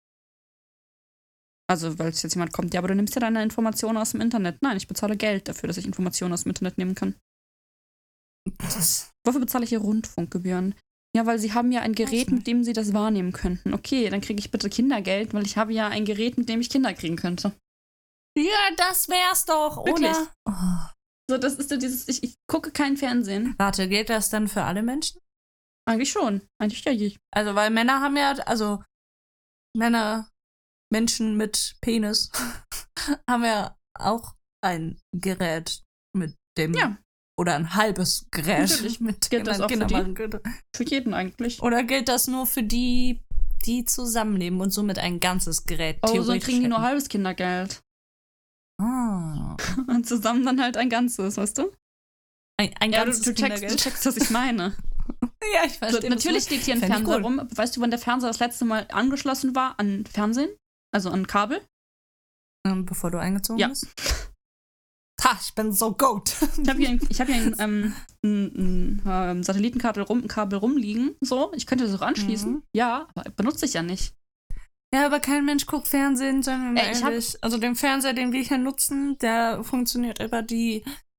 Also, weil jetzt jemand kommt, ja, aber du nimmst ja deine Informationen aus dem Internet. Nein, ich bezahle Geld dafür, dass ich Informationen aus dem Internet nehmen kann. Das Wofür bezahle ich hier Rundfunkgebühren? Ja, weil sie haben ja ein Gerät, mit dem sie das wahrnehmen könnten. Okay, dann kriege ich bitte Kindergeld, weil ich habe ja ein Gerät, mit dem ich Kinder kriegen könnte. Ja, das wär's doch, Wirklich? oder? Oh. So, das ist ja dieses, ich, ich gucke kein Fernsehen. Warte, gilt das dann für alle Menschen? Eigentlich schon. Eigentlich ja je. Also, weil Männer haben ja, also Männer, Menschen mit Penis, haben ja auch ein Gerät, mit dem, Ja. oder ein halbes Gerät, Natürlich. mit Gilt dem das man auch für Kinder die? machen könnte. Für jeden eigentlich. Oder gilt das nur für die, die zusammenleben und somit ein ganzes Gerät Oh, so theoretisch kriegen die nur hätten? halbes Kindergeld. Ah. Und zusammen dann halt ein ganzes, weißt du? Ein, ein Ja, du, ganzes du, checkst, du Kindergeld. checkst, was ich meine. Ja, ich So, verstehe. natürlich steht hier ein Fänd ich Fernseher gut. rum. Aber weißt du, wann der Fernseher das letzte Mal angeschlossen war an Fernsehen? Also an Kabel? Ähm, bevor du eingezogen Ja. bist? Ha, ich bin so gut. Ich habe hier, ein, ich hab hier ein, ähm, ein, ein ähm, Satellitenkabel rum, ein Kabel rumliegen. So, ich könnte das auch anschließen. Mhm. Ja, aber benutze ich ja nicht. Ja, aber kein Mensch guckt Fernsehen, sagen wir mal Ey, ich hab- ehrlich. Also den Fernseher, den wir hier nutzen, der funktioniert über die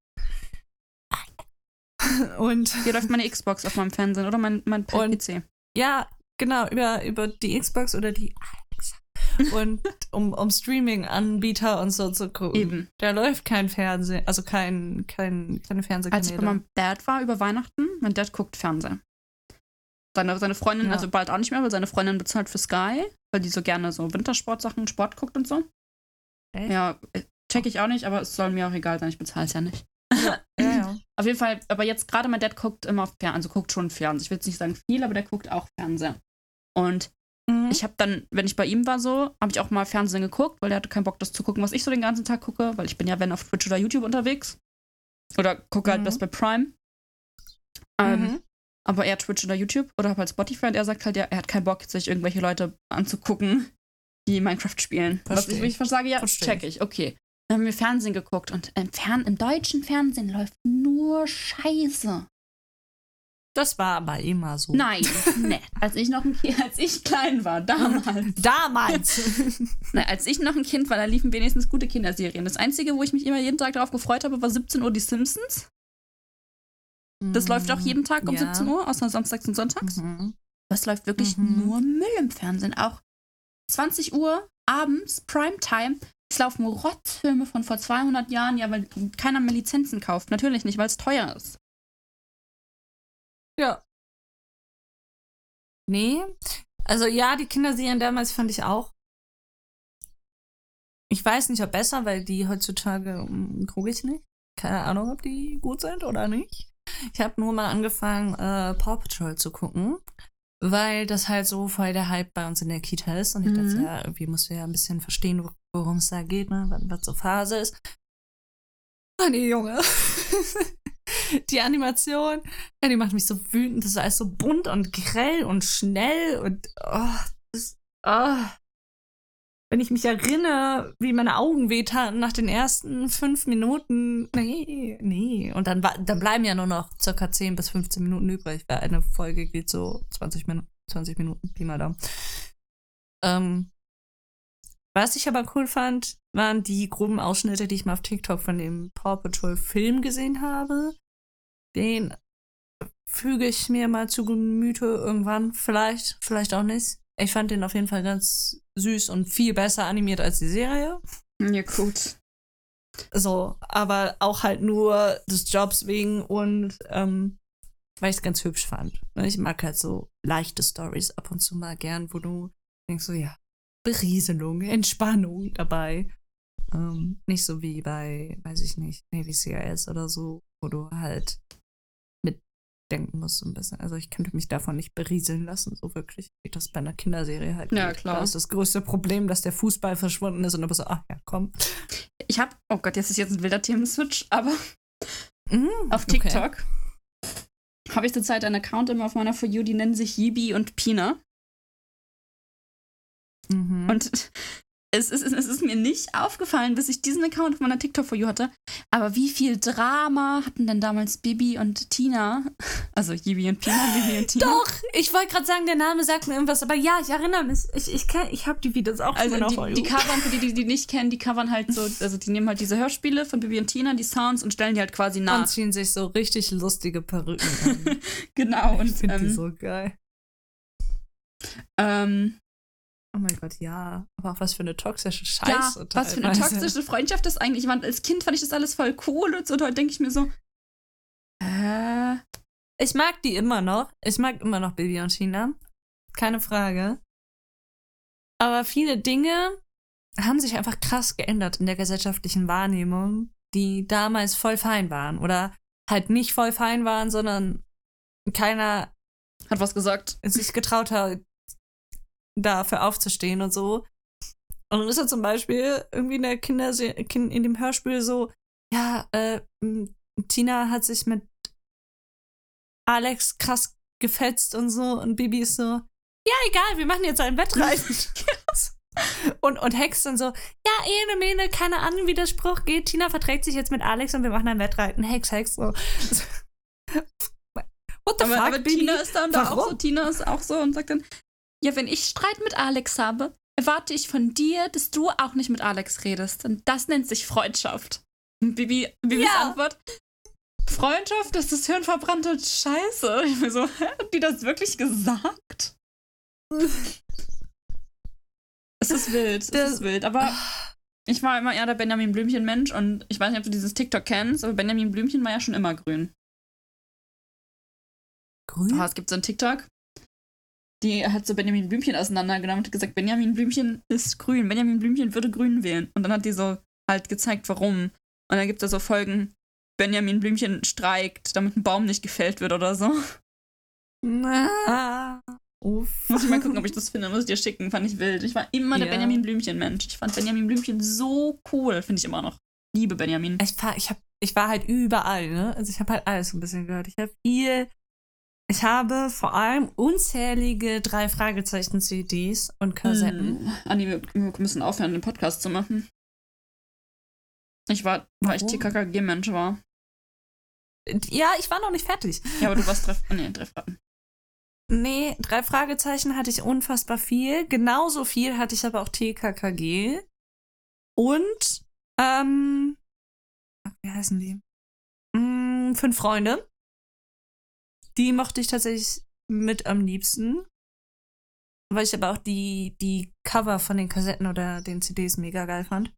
und Hier läuft meine Xbox auf meinem Fernsehen oder mein, mein Und- P C. ja, genau, über, über die Xbox oder die Alexa. Und um, um Streaming-Anbieter und so zu gucken. Eben. Da läuft kein Fernsehen, also kein, kein, keine Fernsehkanäle. Als ich bei meinem Dad war über Weihnachten, mein Dad guckt Fernsehen. Seine, seine Freundin, Ja. also bald auch nicht mehr, weil seine Freundin bezahlt für Sky, weil die so gerne so Wintersportsachen, Sport guckt und so. Echt? Ja, check ich auch nicht, aber es soll mir auch egal sein, ich bezahle es ja nicht. Ja, ja. Auf jeden Fall, aber jetzt gerade mein Dad guckt immer Fernsehen, also guckt schon Fernsehen. Ich will jetzt nicht sagen viel, aber der guckt auch Fernsehen. Und Mhm. ich habe dann, wenn ich bei ihm war so, habe ich auch mal Fernsehen geguckt, weil der hatte keinen Bock, das zu gucken, was ich so den ganzen Tag gucke, weil ich bin ja, wenn, auf Twitch oder YouTube unterwegs. Oder gucke halt Mhm. das bei Prime. Ähm, Mhm. aber er Twitch oder YouTube oder halt Spotify und er sagt halt, ja, er hat keinen Bock, sich irgendwelche Leute anzugucken, die Minecraft spielen. Was Versteh. ich, ich sage, ja, Versteh check ich, okay. Dann haben wir Fernsehen geguckt und im, Fern im deutschen Fernsehen läuft nur Scheiße. Das war aber immer so. Nein, ne. Als ich noch ein Kind, als ich klein war, damals. Damals. Nein, als ich noch ein Kind war, da liefen wenigstens gute Kinderserien. Das Einzige, wo ich mich immer jeden Tag darauf gefreut habe, war siebzehn Uhr die Simpsons. Das läuft auch jeden Tag um Ja. siebzehn Uhr, außer samstags und sonntags. Mhm. Das läuft wirklich Mhm. nur Müll im Fernsehen. Auch zwanzig Uhr abends, Primetime. Es laufen Rottfilme von vor zweihundert Jahren, ja, weil keiner mehr Lizenzen kauft. Natürlich nicht, weil es teuer ist. Ja. Nee. Also ja, die Kinderserien damals fand ich auch. Ich weiß nicht, ob besser, weil die heutzutage um, gucke ich nicht. Keine Ahnung, ob die gut sind oder nicht. Ich habe nur mal angefangen, äh, Paw Patrol zu gucken, weil das halt so voll der Hype bei uns in der Kita ist. Und ich Mhm. dachte, ja, irgendwie musst du ja ein bisschen verstehen, worum es da geht, ne? was, was so Phase ist. Oh nee, Junge. Die Animation, ja, die macht mich so wütend. Das ist alles so bunt und grell und schnell und oh, das, oh. Wenn ich mich erinnere, wie meine Augen wehtaten nach den ersten fünf Minuten, nee, nee. Und dann, wa- dann bleiben ja nur noch circa zehn bis fünfzehn Minuten übrig, weil eine Folge geht so zwanzig Minuten, zwanzig Minuten, Pi mal Daumen. Ähm, Was ich aber cool fand, waren die groben Ausschnitte, die ich mal auf TikTok von dem Paw Patrol Film gesehen habe. Den füge ich mir mal zu Gemüte irgendwann. Vielleicht, vielleicht auch nicht. Ich fand den auf jeden Fall ganz süß und viel besser animiert als die Serie. Ja, gut. So, aber auch halt nur des Jobs wegen und ähm, weil ich es ganz hübsch fand. Ich mag halt so leichte Storys ab und zu mal gern, wo du denkst so, ja, Berieselung, Entspannung dabei. Ähm, nicht so wie bei, weiß ich nicht, Navy C I S oder so, wo du halt mitdenken musst so ein bisschen. Also ich könnte mich davon nicht berieseln lassen, so wirklich, wie das bei einer Kinderserie halt Ja, geht. klar. Da ist das größte Problem, dass der Fußball verschwunden ist und du bist so, ach ja, komm. Ich hab, oh Gott, jetzt ist jetzt ein wilder Themenswitch, aber Mm, auf TikTok okay. habe ich zurzeit einen Account immer auf meiner For You, die nennen sich Yibi und Pina. Mhm. Und es ist, es ist mir nicht aufgefallen, bis ich diesen Account auf meiner TikTok-For You hatte. Aber wie viel Drama hatten denn damals Bibi und Tina? Also Yibi und Pina, Bibi und Tina. Doch, ich wollte gerade sagen, der Name sagt mir irgendwas, aber ja, ich erinnere mich. Ich, ich, kenn, ich habe die Videos auch Also auf die, For You. die covern, für die, die die nicht kennen, die covern halt so, also die nehmen halt diese Hörspiele von Bibi und Tina, die Sounds und stellen die halt quasi nach. Und ziehen sich so richtig lustige Perücken an. Genau. Und, Ich finde ähm, die so geil. Ähm, Oh mein Gott, ja. Aber auch was für eine toxische Scheiße. ja, was für eine teilweise. toxische Freundschaft das eigentlich war. Als Kind fand ich das alles voll cool und so. Und heute denke ich mir so, äh, Ich mag die immer noch. Ich mag immer noch Bibi und Tina. Keine Frage. Aber viele Dinge haben sich einfach krass geändert in der gesellschaftlichen Wahrnehmung, die damals voll fein waren. Oder halt nicht voll fein waren, sondern keiner hat was gesagt. sich getraut hat, dafür aufzustehen und so. Und dann ist er zum Beispiel irgendwie in der Kinderserie, in dem Hörspiel so, ja, äh, Tina hat sich mit Alex krass gefetzt und so und Bibi ist so, ja, egal, wir machen jetzt ein Wettreiten. und, und Hex dann so, ja, ene, mene, keine Ahnung, wie der Spruch geht. Tina verträgt sich jetzt mit Alex und wir machen ein Wettreiten. Hex, Hex, so. What the aber, fuck, aber Bibi? Tina ist dann da Warum? auch so, Tina ist auch so und sagt dann, ja, wenn ich Streit mit Alex habe, erwarte ich von dir, dass du auch nicht mit Alex redest. Und das nennt sich Freundschaft. Und Bibi, Bibis Ja. Antwort, Freundschaft, das ist hirnverbrannte Scheiße. Ich bin so, hä, hat die das wirklich gesagt? Es ist wild, es Das- ist wild. Aber ich war immer eher der Benjamin Blümchen-Mensch und ich weiß nicht, ob du dieses TikTok kennst, aber Benjamin Blümchen war ja schon immer grün. Grün? Oh, es gibt so einen TikTok, die hat so Benjamin Blümchen auseinandergenommen und hat gesagt, Benjamin Blümchen ist grün, Benjamin Blümchen würde grün wählen. Und dann hat die so halt gezeigt, warum. Und dann gibt es da so Folgen, Benjamin Blümchen streikt, damit ein Baum nicht gefällt wird oder so. Na, uff. Muss ich mal gucken, ob ich das finde, muss ich dir schicken, fand ich wild. Ich war immer der Ja. Benjamin Blümchen-Mensch. Ich fand Benjamin Blümchen so cool, finde ich immer noch. Liebe Benjamin. Ich war, ich, hab, ich war halt überall, ne? Also ich habe halt alles so ein bisschen gehört. Ich habe viel, ich habe vor allem unzählige drei Fragezeichen-C Ds und Kassetten. Hm. Anni, wir, wir müssen aufhören, den Podcast zu machen. Ich war, weil ich Warum? T K K G-Mensch war. Ja, ich war noch nicht fertig. Ja, aber du warst drei, oh, nee, drei Fragen. Nee, drei Fragezeichen hatte ich unfassbar viel. Genauso viel hatte ich aber auch T K K G. Und, ähm, ach, wie heißen die? Mm, Fünf Freunde. Die mochte ich tatsächlich mit am liebsten. Weil ich aber auch die, die Cover von den Kassetten oder den C Ds mega geil fand.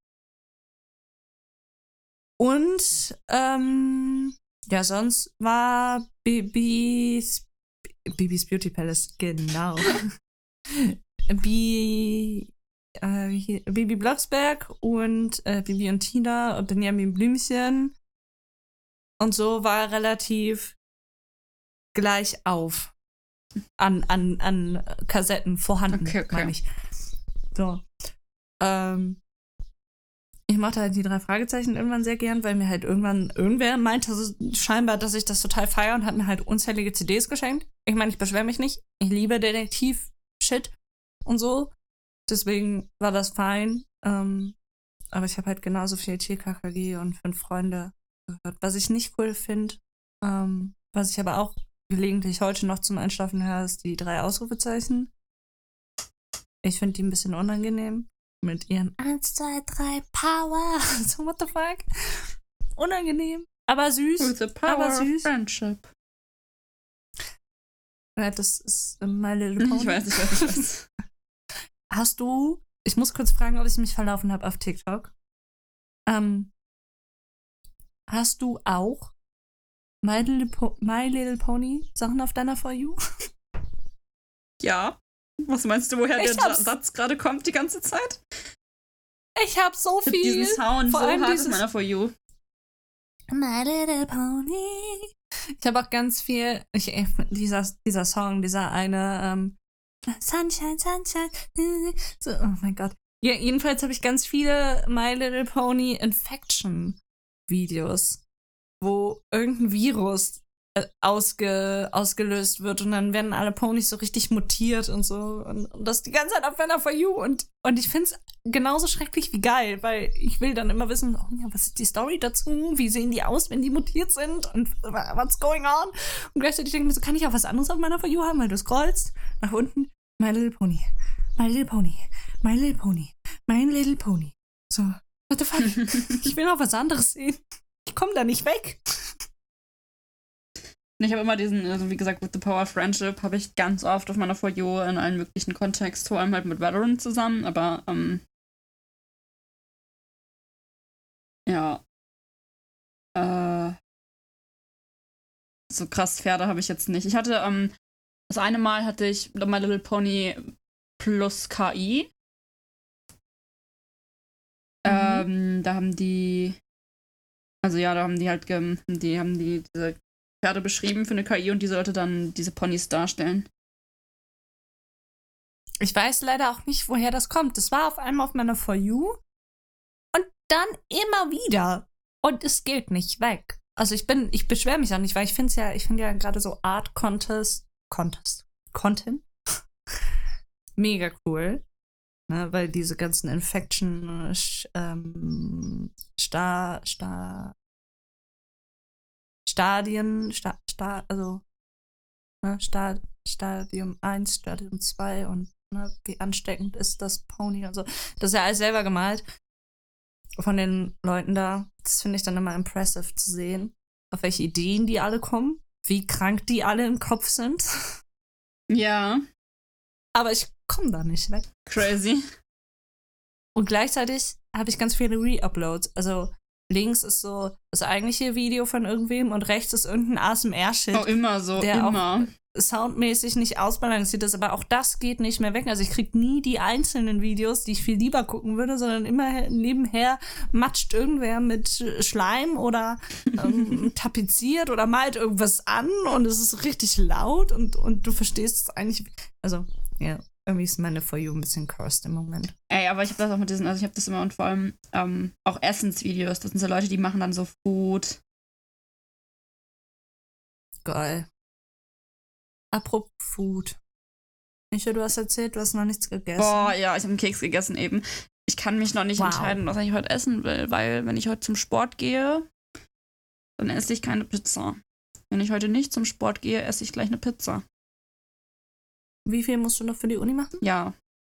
Und, ähm, ja, sonst war Bibis, Bibis Beauty Palace, genau. Bi, äh, hier, Bibi Blocksberg und äh, Bibi und Tina und Benjamin Blümchen. Und so war relativ gleich auf an, an, an Kassetten vorhanden, Okay, okay. meine ich. So. Ähm, ich mochte halt die drei Fragezeichen irgendwann sehr gern, weil mir halt irgendwann irgendwer meinte so scheinbar, dass ich das total feiere und hat mir halt unzählige C Ds geschenkt. Ich meine, ich beschwere mich nicht. Ich liebe Detektiv-Shit und so. Deswegen war das fein. Ähm, aber ich habe halt genauso viel T K K G und Fünf Freunde gehört. Was ich nicht cool finde, ähm, was ich aber auch gelegentlich heute noch zum Einschlafen höre, ist die drei Ausrufezeichen. Ich finde die ein bisschen unangenehm. Mit ihren eins, zwei, drei Power. So, what the fuck? Unangenehm, aber süß. With the power aber süß. of friendship. Ja, das ist My Little Pony. Ich weiß, ich weiß, ich weiß. Hast du, ich muss kurz fragen, ob ich mich verlaufen habe auf TikTok. Ähm, hast du auch My Little, po- My Little Pony Sachen auf deiner For You? Ja. Was meinst du, woher Ich der hab's. Satz gerade kommt die ganze Zeit? Ich habe so viel. Diesen Sound Vor so allem hart dieses in meiner For You. My Little Pony. Ich habe auch ganz viel, ich, dieser, dieser Song, dieser eine ähm, Sunshine, Sunshine. So, oh mein Gott. Ja, jedenfalls habe ich ganz viele My Little Pony Infection Videos, wo irgendein Virus äh, ausge, ausgelöst wird und dann werden alle Ponys so richtig mutiert und so und, und das die ganze Zeit auf meiner For You und, und ich finde es genauso schrecklich wie geil, weil ich will dann immer wissen, oh ja, was ist die Story dazu? Wie sehen die aus, wenn die mutiert sind? Und what's going on? Und gleichzeitig denke ich mir so, kann ich auch was anderes auf meiner For You haben, weil du scrollst nach unten, My Little Pony, My Little Pony, My Little Pony, My Little Pony. So, what the fuck? Ich will auch was anderes sehen. Ich komme da nicht weg. Ich habe immer diesen, also wie gesagt, With the Power of Friendship habe ich ganz oft auf meiner For You in allen möglichen Kontexten, vor allem halt mit Valorant zusammen, aber ähm, ja, äh, so krass Pferde habe ich jetzt nicht. Ich hatte, ähm, das eine Mal hatte ich My Little Pony plus K I. Mhm. Ähm, da haben die, also ja, da haben die halt, ge- die haben die diese Pferde beschrieben für eine K I und die sollte dann diese Ponys darstellen. Ich weiß leider auch nicht, woher das kommt. Das war auf einmal auf meiner For You und dann immer wieder. Und es geht nicht weg. Also ich bin, ich beschwere mich auch nicht, weil ich finde es ja, ich finde ja gerade so Art Contest, Contest, Content mega cool. Ne, weil diese ganzen Infection, ähm, Star, Star, Stadien, Sta, Sta, also ne, Sta, Stadium eins, Stadium zwei und ne, wie ansteckend ist das Pony und so. Das ist ja alles selber gemalt von den Leuten da. Das finde ich dann immer impressive zu sehen, auf welche Ideen die alle kommen, wie krank die alle im Kopf sind. Ja, Aber ich komme da nicht weg. crazy. Und gleichzeitig habe ich ganz viele Re-Uploads. Also links ist so das eigentliche Video von irgendwem und rechts ist irgendein A S M R-Shit, Oh, immer so, der immer. auch soundmäßig nicht ausbalanciert ist. Aber auch das geht nicht mehr weg. Also ich kriege nie die einzelnen Videos, die ich viel lieber gucken würde, sondern immer nebenher matscht irgendwer mit Schleim oder ähm, tapeziert oder malt irgendwas an und es ist richtig laut und, und du verstehst es eigentlich. Also, ja. Irgendwie ist meine For You ein bisschen cursed im Moment. Ey, aber ich habe das auch mit diesen, also ich habe das immer und vor allem ähm, auch Essensvideos. Das sind so Leute, die machen dann so Food. Geil. Apropos Food. Micha, du hast erzählt, du hast noch nichts gegessen. Boah, ja, ich habe einen Keks gegessen eben. Ich kann mich noch nicht Wow. entscheiden, was ich heute essen will, weil wenn ich heute zum Sport gehe, dann esse ich keine Pizza. Wenn ich heute nicht zum Sport gehe, esse ich gleich eine Pizza. Wie viel musst du noch für die Uni machen? Ja.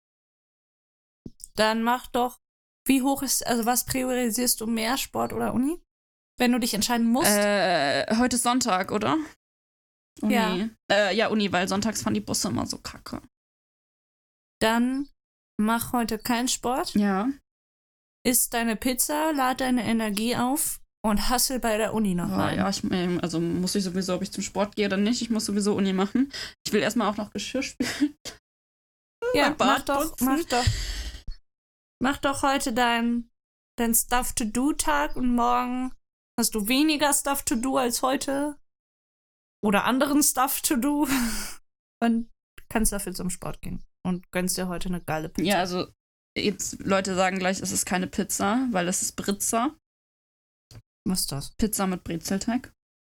Dann mach doch, wie hoch ist, also was priorisierst du mehr, Sport oder Uni? Wenn du dich entscheiden musst. Äh, heute ist Sonntag, oder? Uni. Ja. Äh, ja, Uni, weil sonntags fahren die Busse immer so kacke. Dann mach heute keinen Sport. Ja. Iss deine Pizza, lad deine Energie auf und hustle bei der Uni noch Ja, rein. ja, ich, ähm, also muss ich sowieso, ob ich zum Sport gehe oder nicht. Ich muss sowieso Uni machen. Ich will erstmal auch noch Geschirr spülen. Ja, mein mach Bad doch, putzen. mach doch. Mach doch heute dein, dein Stuff-to-Do-Tag und morgen hast du weniger Stuff-to-Do als heute. Oder anderen Stuff-to-Do. Und kannst dafür zum Sport gehen. Und gönnst dir heute eine geile Pizza. Ja, also jetzt Leute sagen gleich, es ist keine Pizza, weil es ist Brizza. Was ist das? Pizza mit Brezelteig.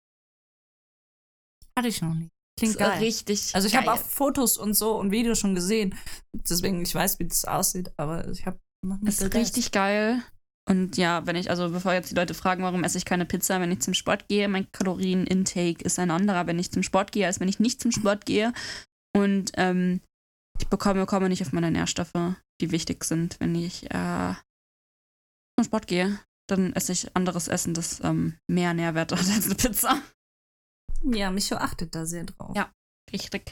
Hatte ich noch nie. Klingt Das ist geil. richtig Also ich geil. habe auch Fotos und so und Videos schon gesehen. Deswegen, ich weiß, wie das aussieht, aber ich habe noch nicht Es ist richtig geil. Und ja, wenn ich, also bevor jetzt die Leute fragen, warum esse ich keine Pizza, wenn ich zum Sport gehe, mein Kalorien-Intake ist ein anderer, wenn ich zum Sport gehe, als wenn ich nicht zum Sport gehe. Und ähm, ich bekomme, komme nicht auf meine Nährstoffe, die wichtig sind, wenn ich äh, zum Sport gehe. Dann esse ich anderes Essen, das ähm, mehr Nährwert hat als eine Pizza. Ja, Micho achtet da sehr drauf. Ja, richtig.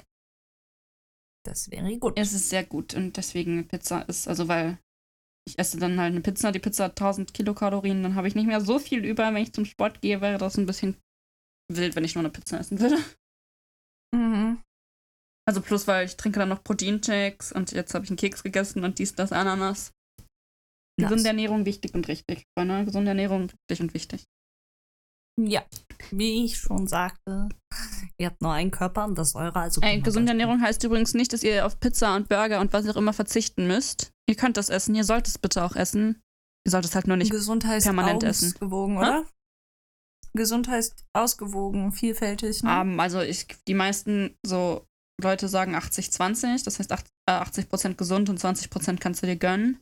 Das wäre gut. Es ist sehr gut und deswegen Pizza ist, also weil ich esse dann halt eine Pizza, die Pizza hat tausend Kilokalorien, dann habe ich nicht mehr so viel über, wenn ich zum Sport gehe, wäre das ein bisschen wild, wenn ich nur eine Pizza essen würde. Mhm. Also plus, weil ich trinke dann noch Proteinshakes und jetzt habe ich einen Keks gegessen und dies, das, Ananas. Nice. Gesunde Ernährung wichtig und richtig. Freunde, gesunde Ernährung wichtig und wichtig. Ja, wie ich schon sagte, ihr habt nur einen Körper und das ist eure, also Ey, gesunde Ernährung heißt übrigens nicht, dass ihr auf Pizza und Burger und was auch immer verzichten müsst. Ihr könnt das essen, ihr sollt es bitte auch essen. Ihr sollt es halt nur nicht gesund heißt permanent essen. Ausgewogen, oder? Hä? Gesund heißt ausgewogen, vielfältig, ne? Um, also ich, die meisten so Leute sagen achtzig zwanzig, das heißt achtzig Prozent gesund und zwanzig Prozent kannst du dir gönnen.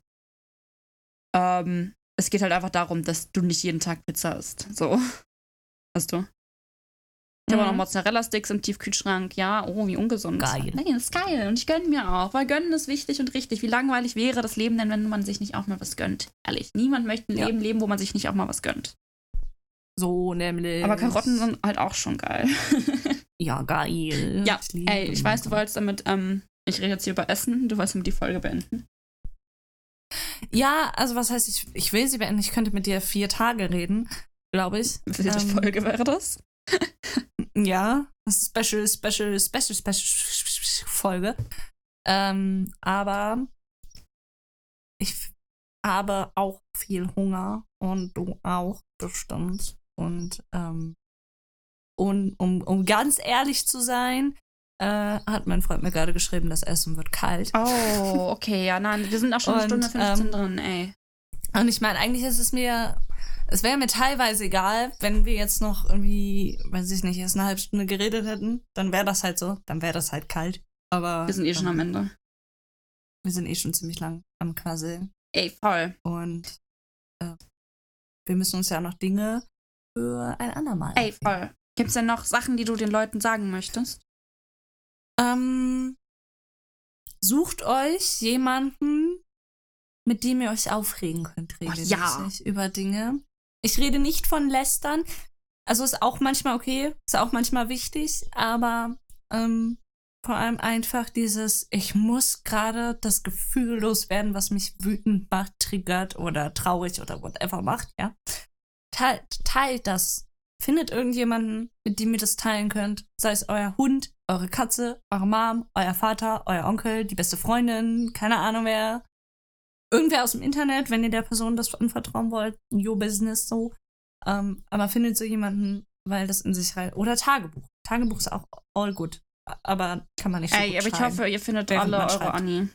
Um, es geht halt einfach darum, dass du nicht jeden Tag Pizza isst. So. Weißt du? Ich habe auch noch Mozzarella-Sticks im Tiefkühlschrank. Ja, oh, wie ungesund. Geil. Nein, das ist geil. Und ich gönne mir auch, weil gönnen ist wichtig und richtig. Wie langweilig wäre das Leben denn, wenn man sich nicht auch mal was gönnt? Ehrlich, niemand möchte ein ja. Leben leben, wo man sich nicht auch mal was gönnt. So nämlich. Aber Karotten sind halt auch schon geil. Ja, geil. Ja, ich ey, ich weiß, du wolltest damit, ähm, ich rede jetzt hier über Essen, du wolltest damit die Folge beenden. Ja, also was heißt, ich, ich will sie beenden. Ich könnte mit dir vier Tage reden, glaube ich. Welche ähm, Folge wäre das? Ja, das ist Special, Special, Special, Special Folge. Ähm, aber ich habe auch viel Hunger und du auch bestimmt. Und, ähm, und um, um ganz ehrlich zu sein, äh, hat mein Freund mir gerade geschrieben, das Essen wird kalt. Oh, okay, ja, nein, wir sind auch schon eine und, Stunde fünfzehn ähm, drin, ey. Und ich meine, eigentlich ist es mir, es wäre mir teilweise egal, wenn wir jetzt noch irgendwie, weiß ich nicht, erst eine halbe Stunde geredet hätten, dann wäre das halt so, dann wäre das halt kalt. Aber wir sind eh schon ähm, am Ende. Wir sind eh schon ziemlich lang am Quasseln. Ey, voll. Und äh, wir müssen uns ja noch Dinge für ein andermal Ey, voll. Gibt's denn noch Sachen, die du den Leuten sagen möchtest? Ähm, sucht euch jemanden, mit dem ihr euch aufregen könnt, regelmäßig ja. über Dinge. Ich rede nicht von Lästern. Also ist auch manchmal okay, ist auch manchmal wichtig, aber ähm, vor allem einfach dieses, ich muss gerade das Gefühl loswerden, was mich wütend macht, triggert oder traurig oder whatever macht, ja. Teilt, teilt das. Findet irgendjemanden, mit dem ihr das teilen könnt. Sei es euer Hund, eure Katze, eure Mom, euer Vater, euer Onkel, die beste Freundin, keine Ahnung wer. Irgendwer aus dem Internet, wenn ihr der Person das anvertrauen wollt. Your business, so. Ähm, aber findet so jemanden, weil das in sich rein... Oder Tagebuch. Tagebuch ist auch all good. Aber kann man nicht so Ey, gut aber ich schreiben, hoffe, ihr findet während alle man eure schreibt. Anni.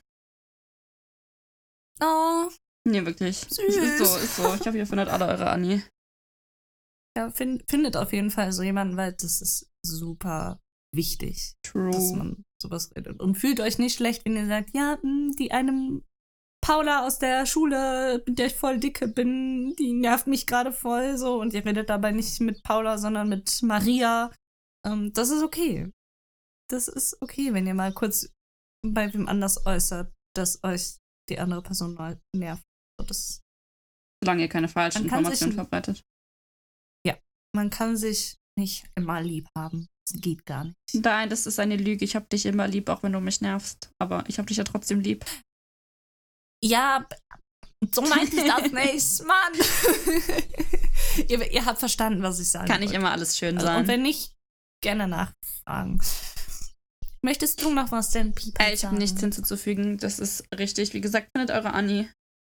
Oh, Nee, wirklich. Süß. Ist so, ist so. Ich hoffe, ihr findet alle eure Anni. ja, find, findet auf jeden Fall so jemanden, weil das ist super wichtig, dass True. man sowas redet. Und fühlt euch nicht schlecht, wenn ihr sagt, ja, mh, die eine Paula aus der Schule, mit der ich voll dicke bin, die nervt mich gerade voll so und ihr redet dabei nicht mit Paula, sondern mit Maria. Ähm, das ist okay. Das ist okay, wenn ihr mal kurz bei wem anders äußert, dass euch die andere Person nervt. So, das, Solange ihr keine falschen Man kann sich Informationen ein- verbreitet. man kann sich nicht immer lieb haben. Das geht gar nicht. Nein, das ist eine Lüge. Ich hab dich immer lieb, auch wenn du mich nervst. Aber ich hab dich ja trotzdem lieb. Ja, so meinte ich das nicht, Mann. ihr, ihr habt verstanden, was ich sagen Kann nicht wollte. immer alles schön Also, sein. und wenn nicht, gerne nachfragen. Möchtest du noch was denn, Pieper? Ey, ich habe nichts hinzuzufügen. Das ist richtig. Wie gesagt, findet eure Anni.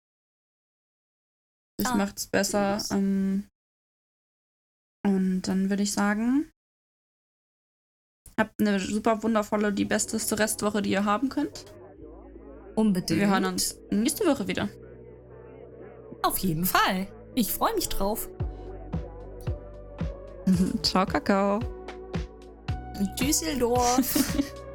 Das Ah, macht's besser. süß. Ähm, und dann würde ich sagen, habt eine super wundervolle, die besteste Restwoche, die ihr haben könnt. Unbedingt. Wir hören uns nächste Woche wieder. Auf jeden Fall. Ich freue mich drauf. Ciao, Kakao. Düsseldorf.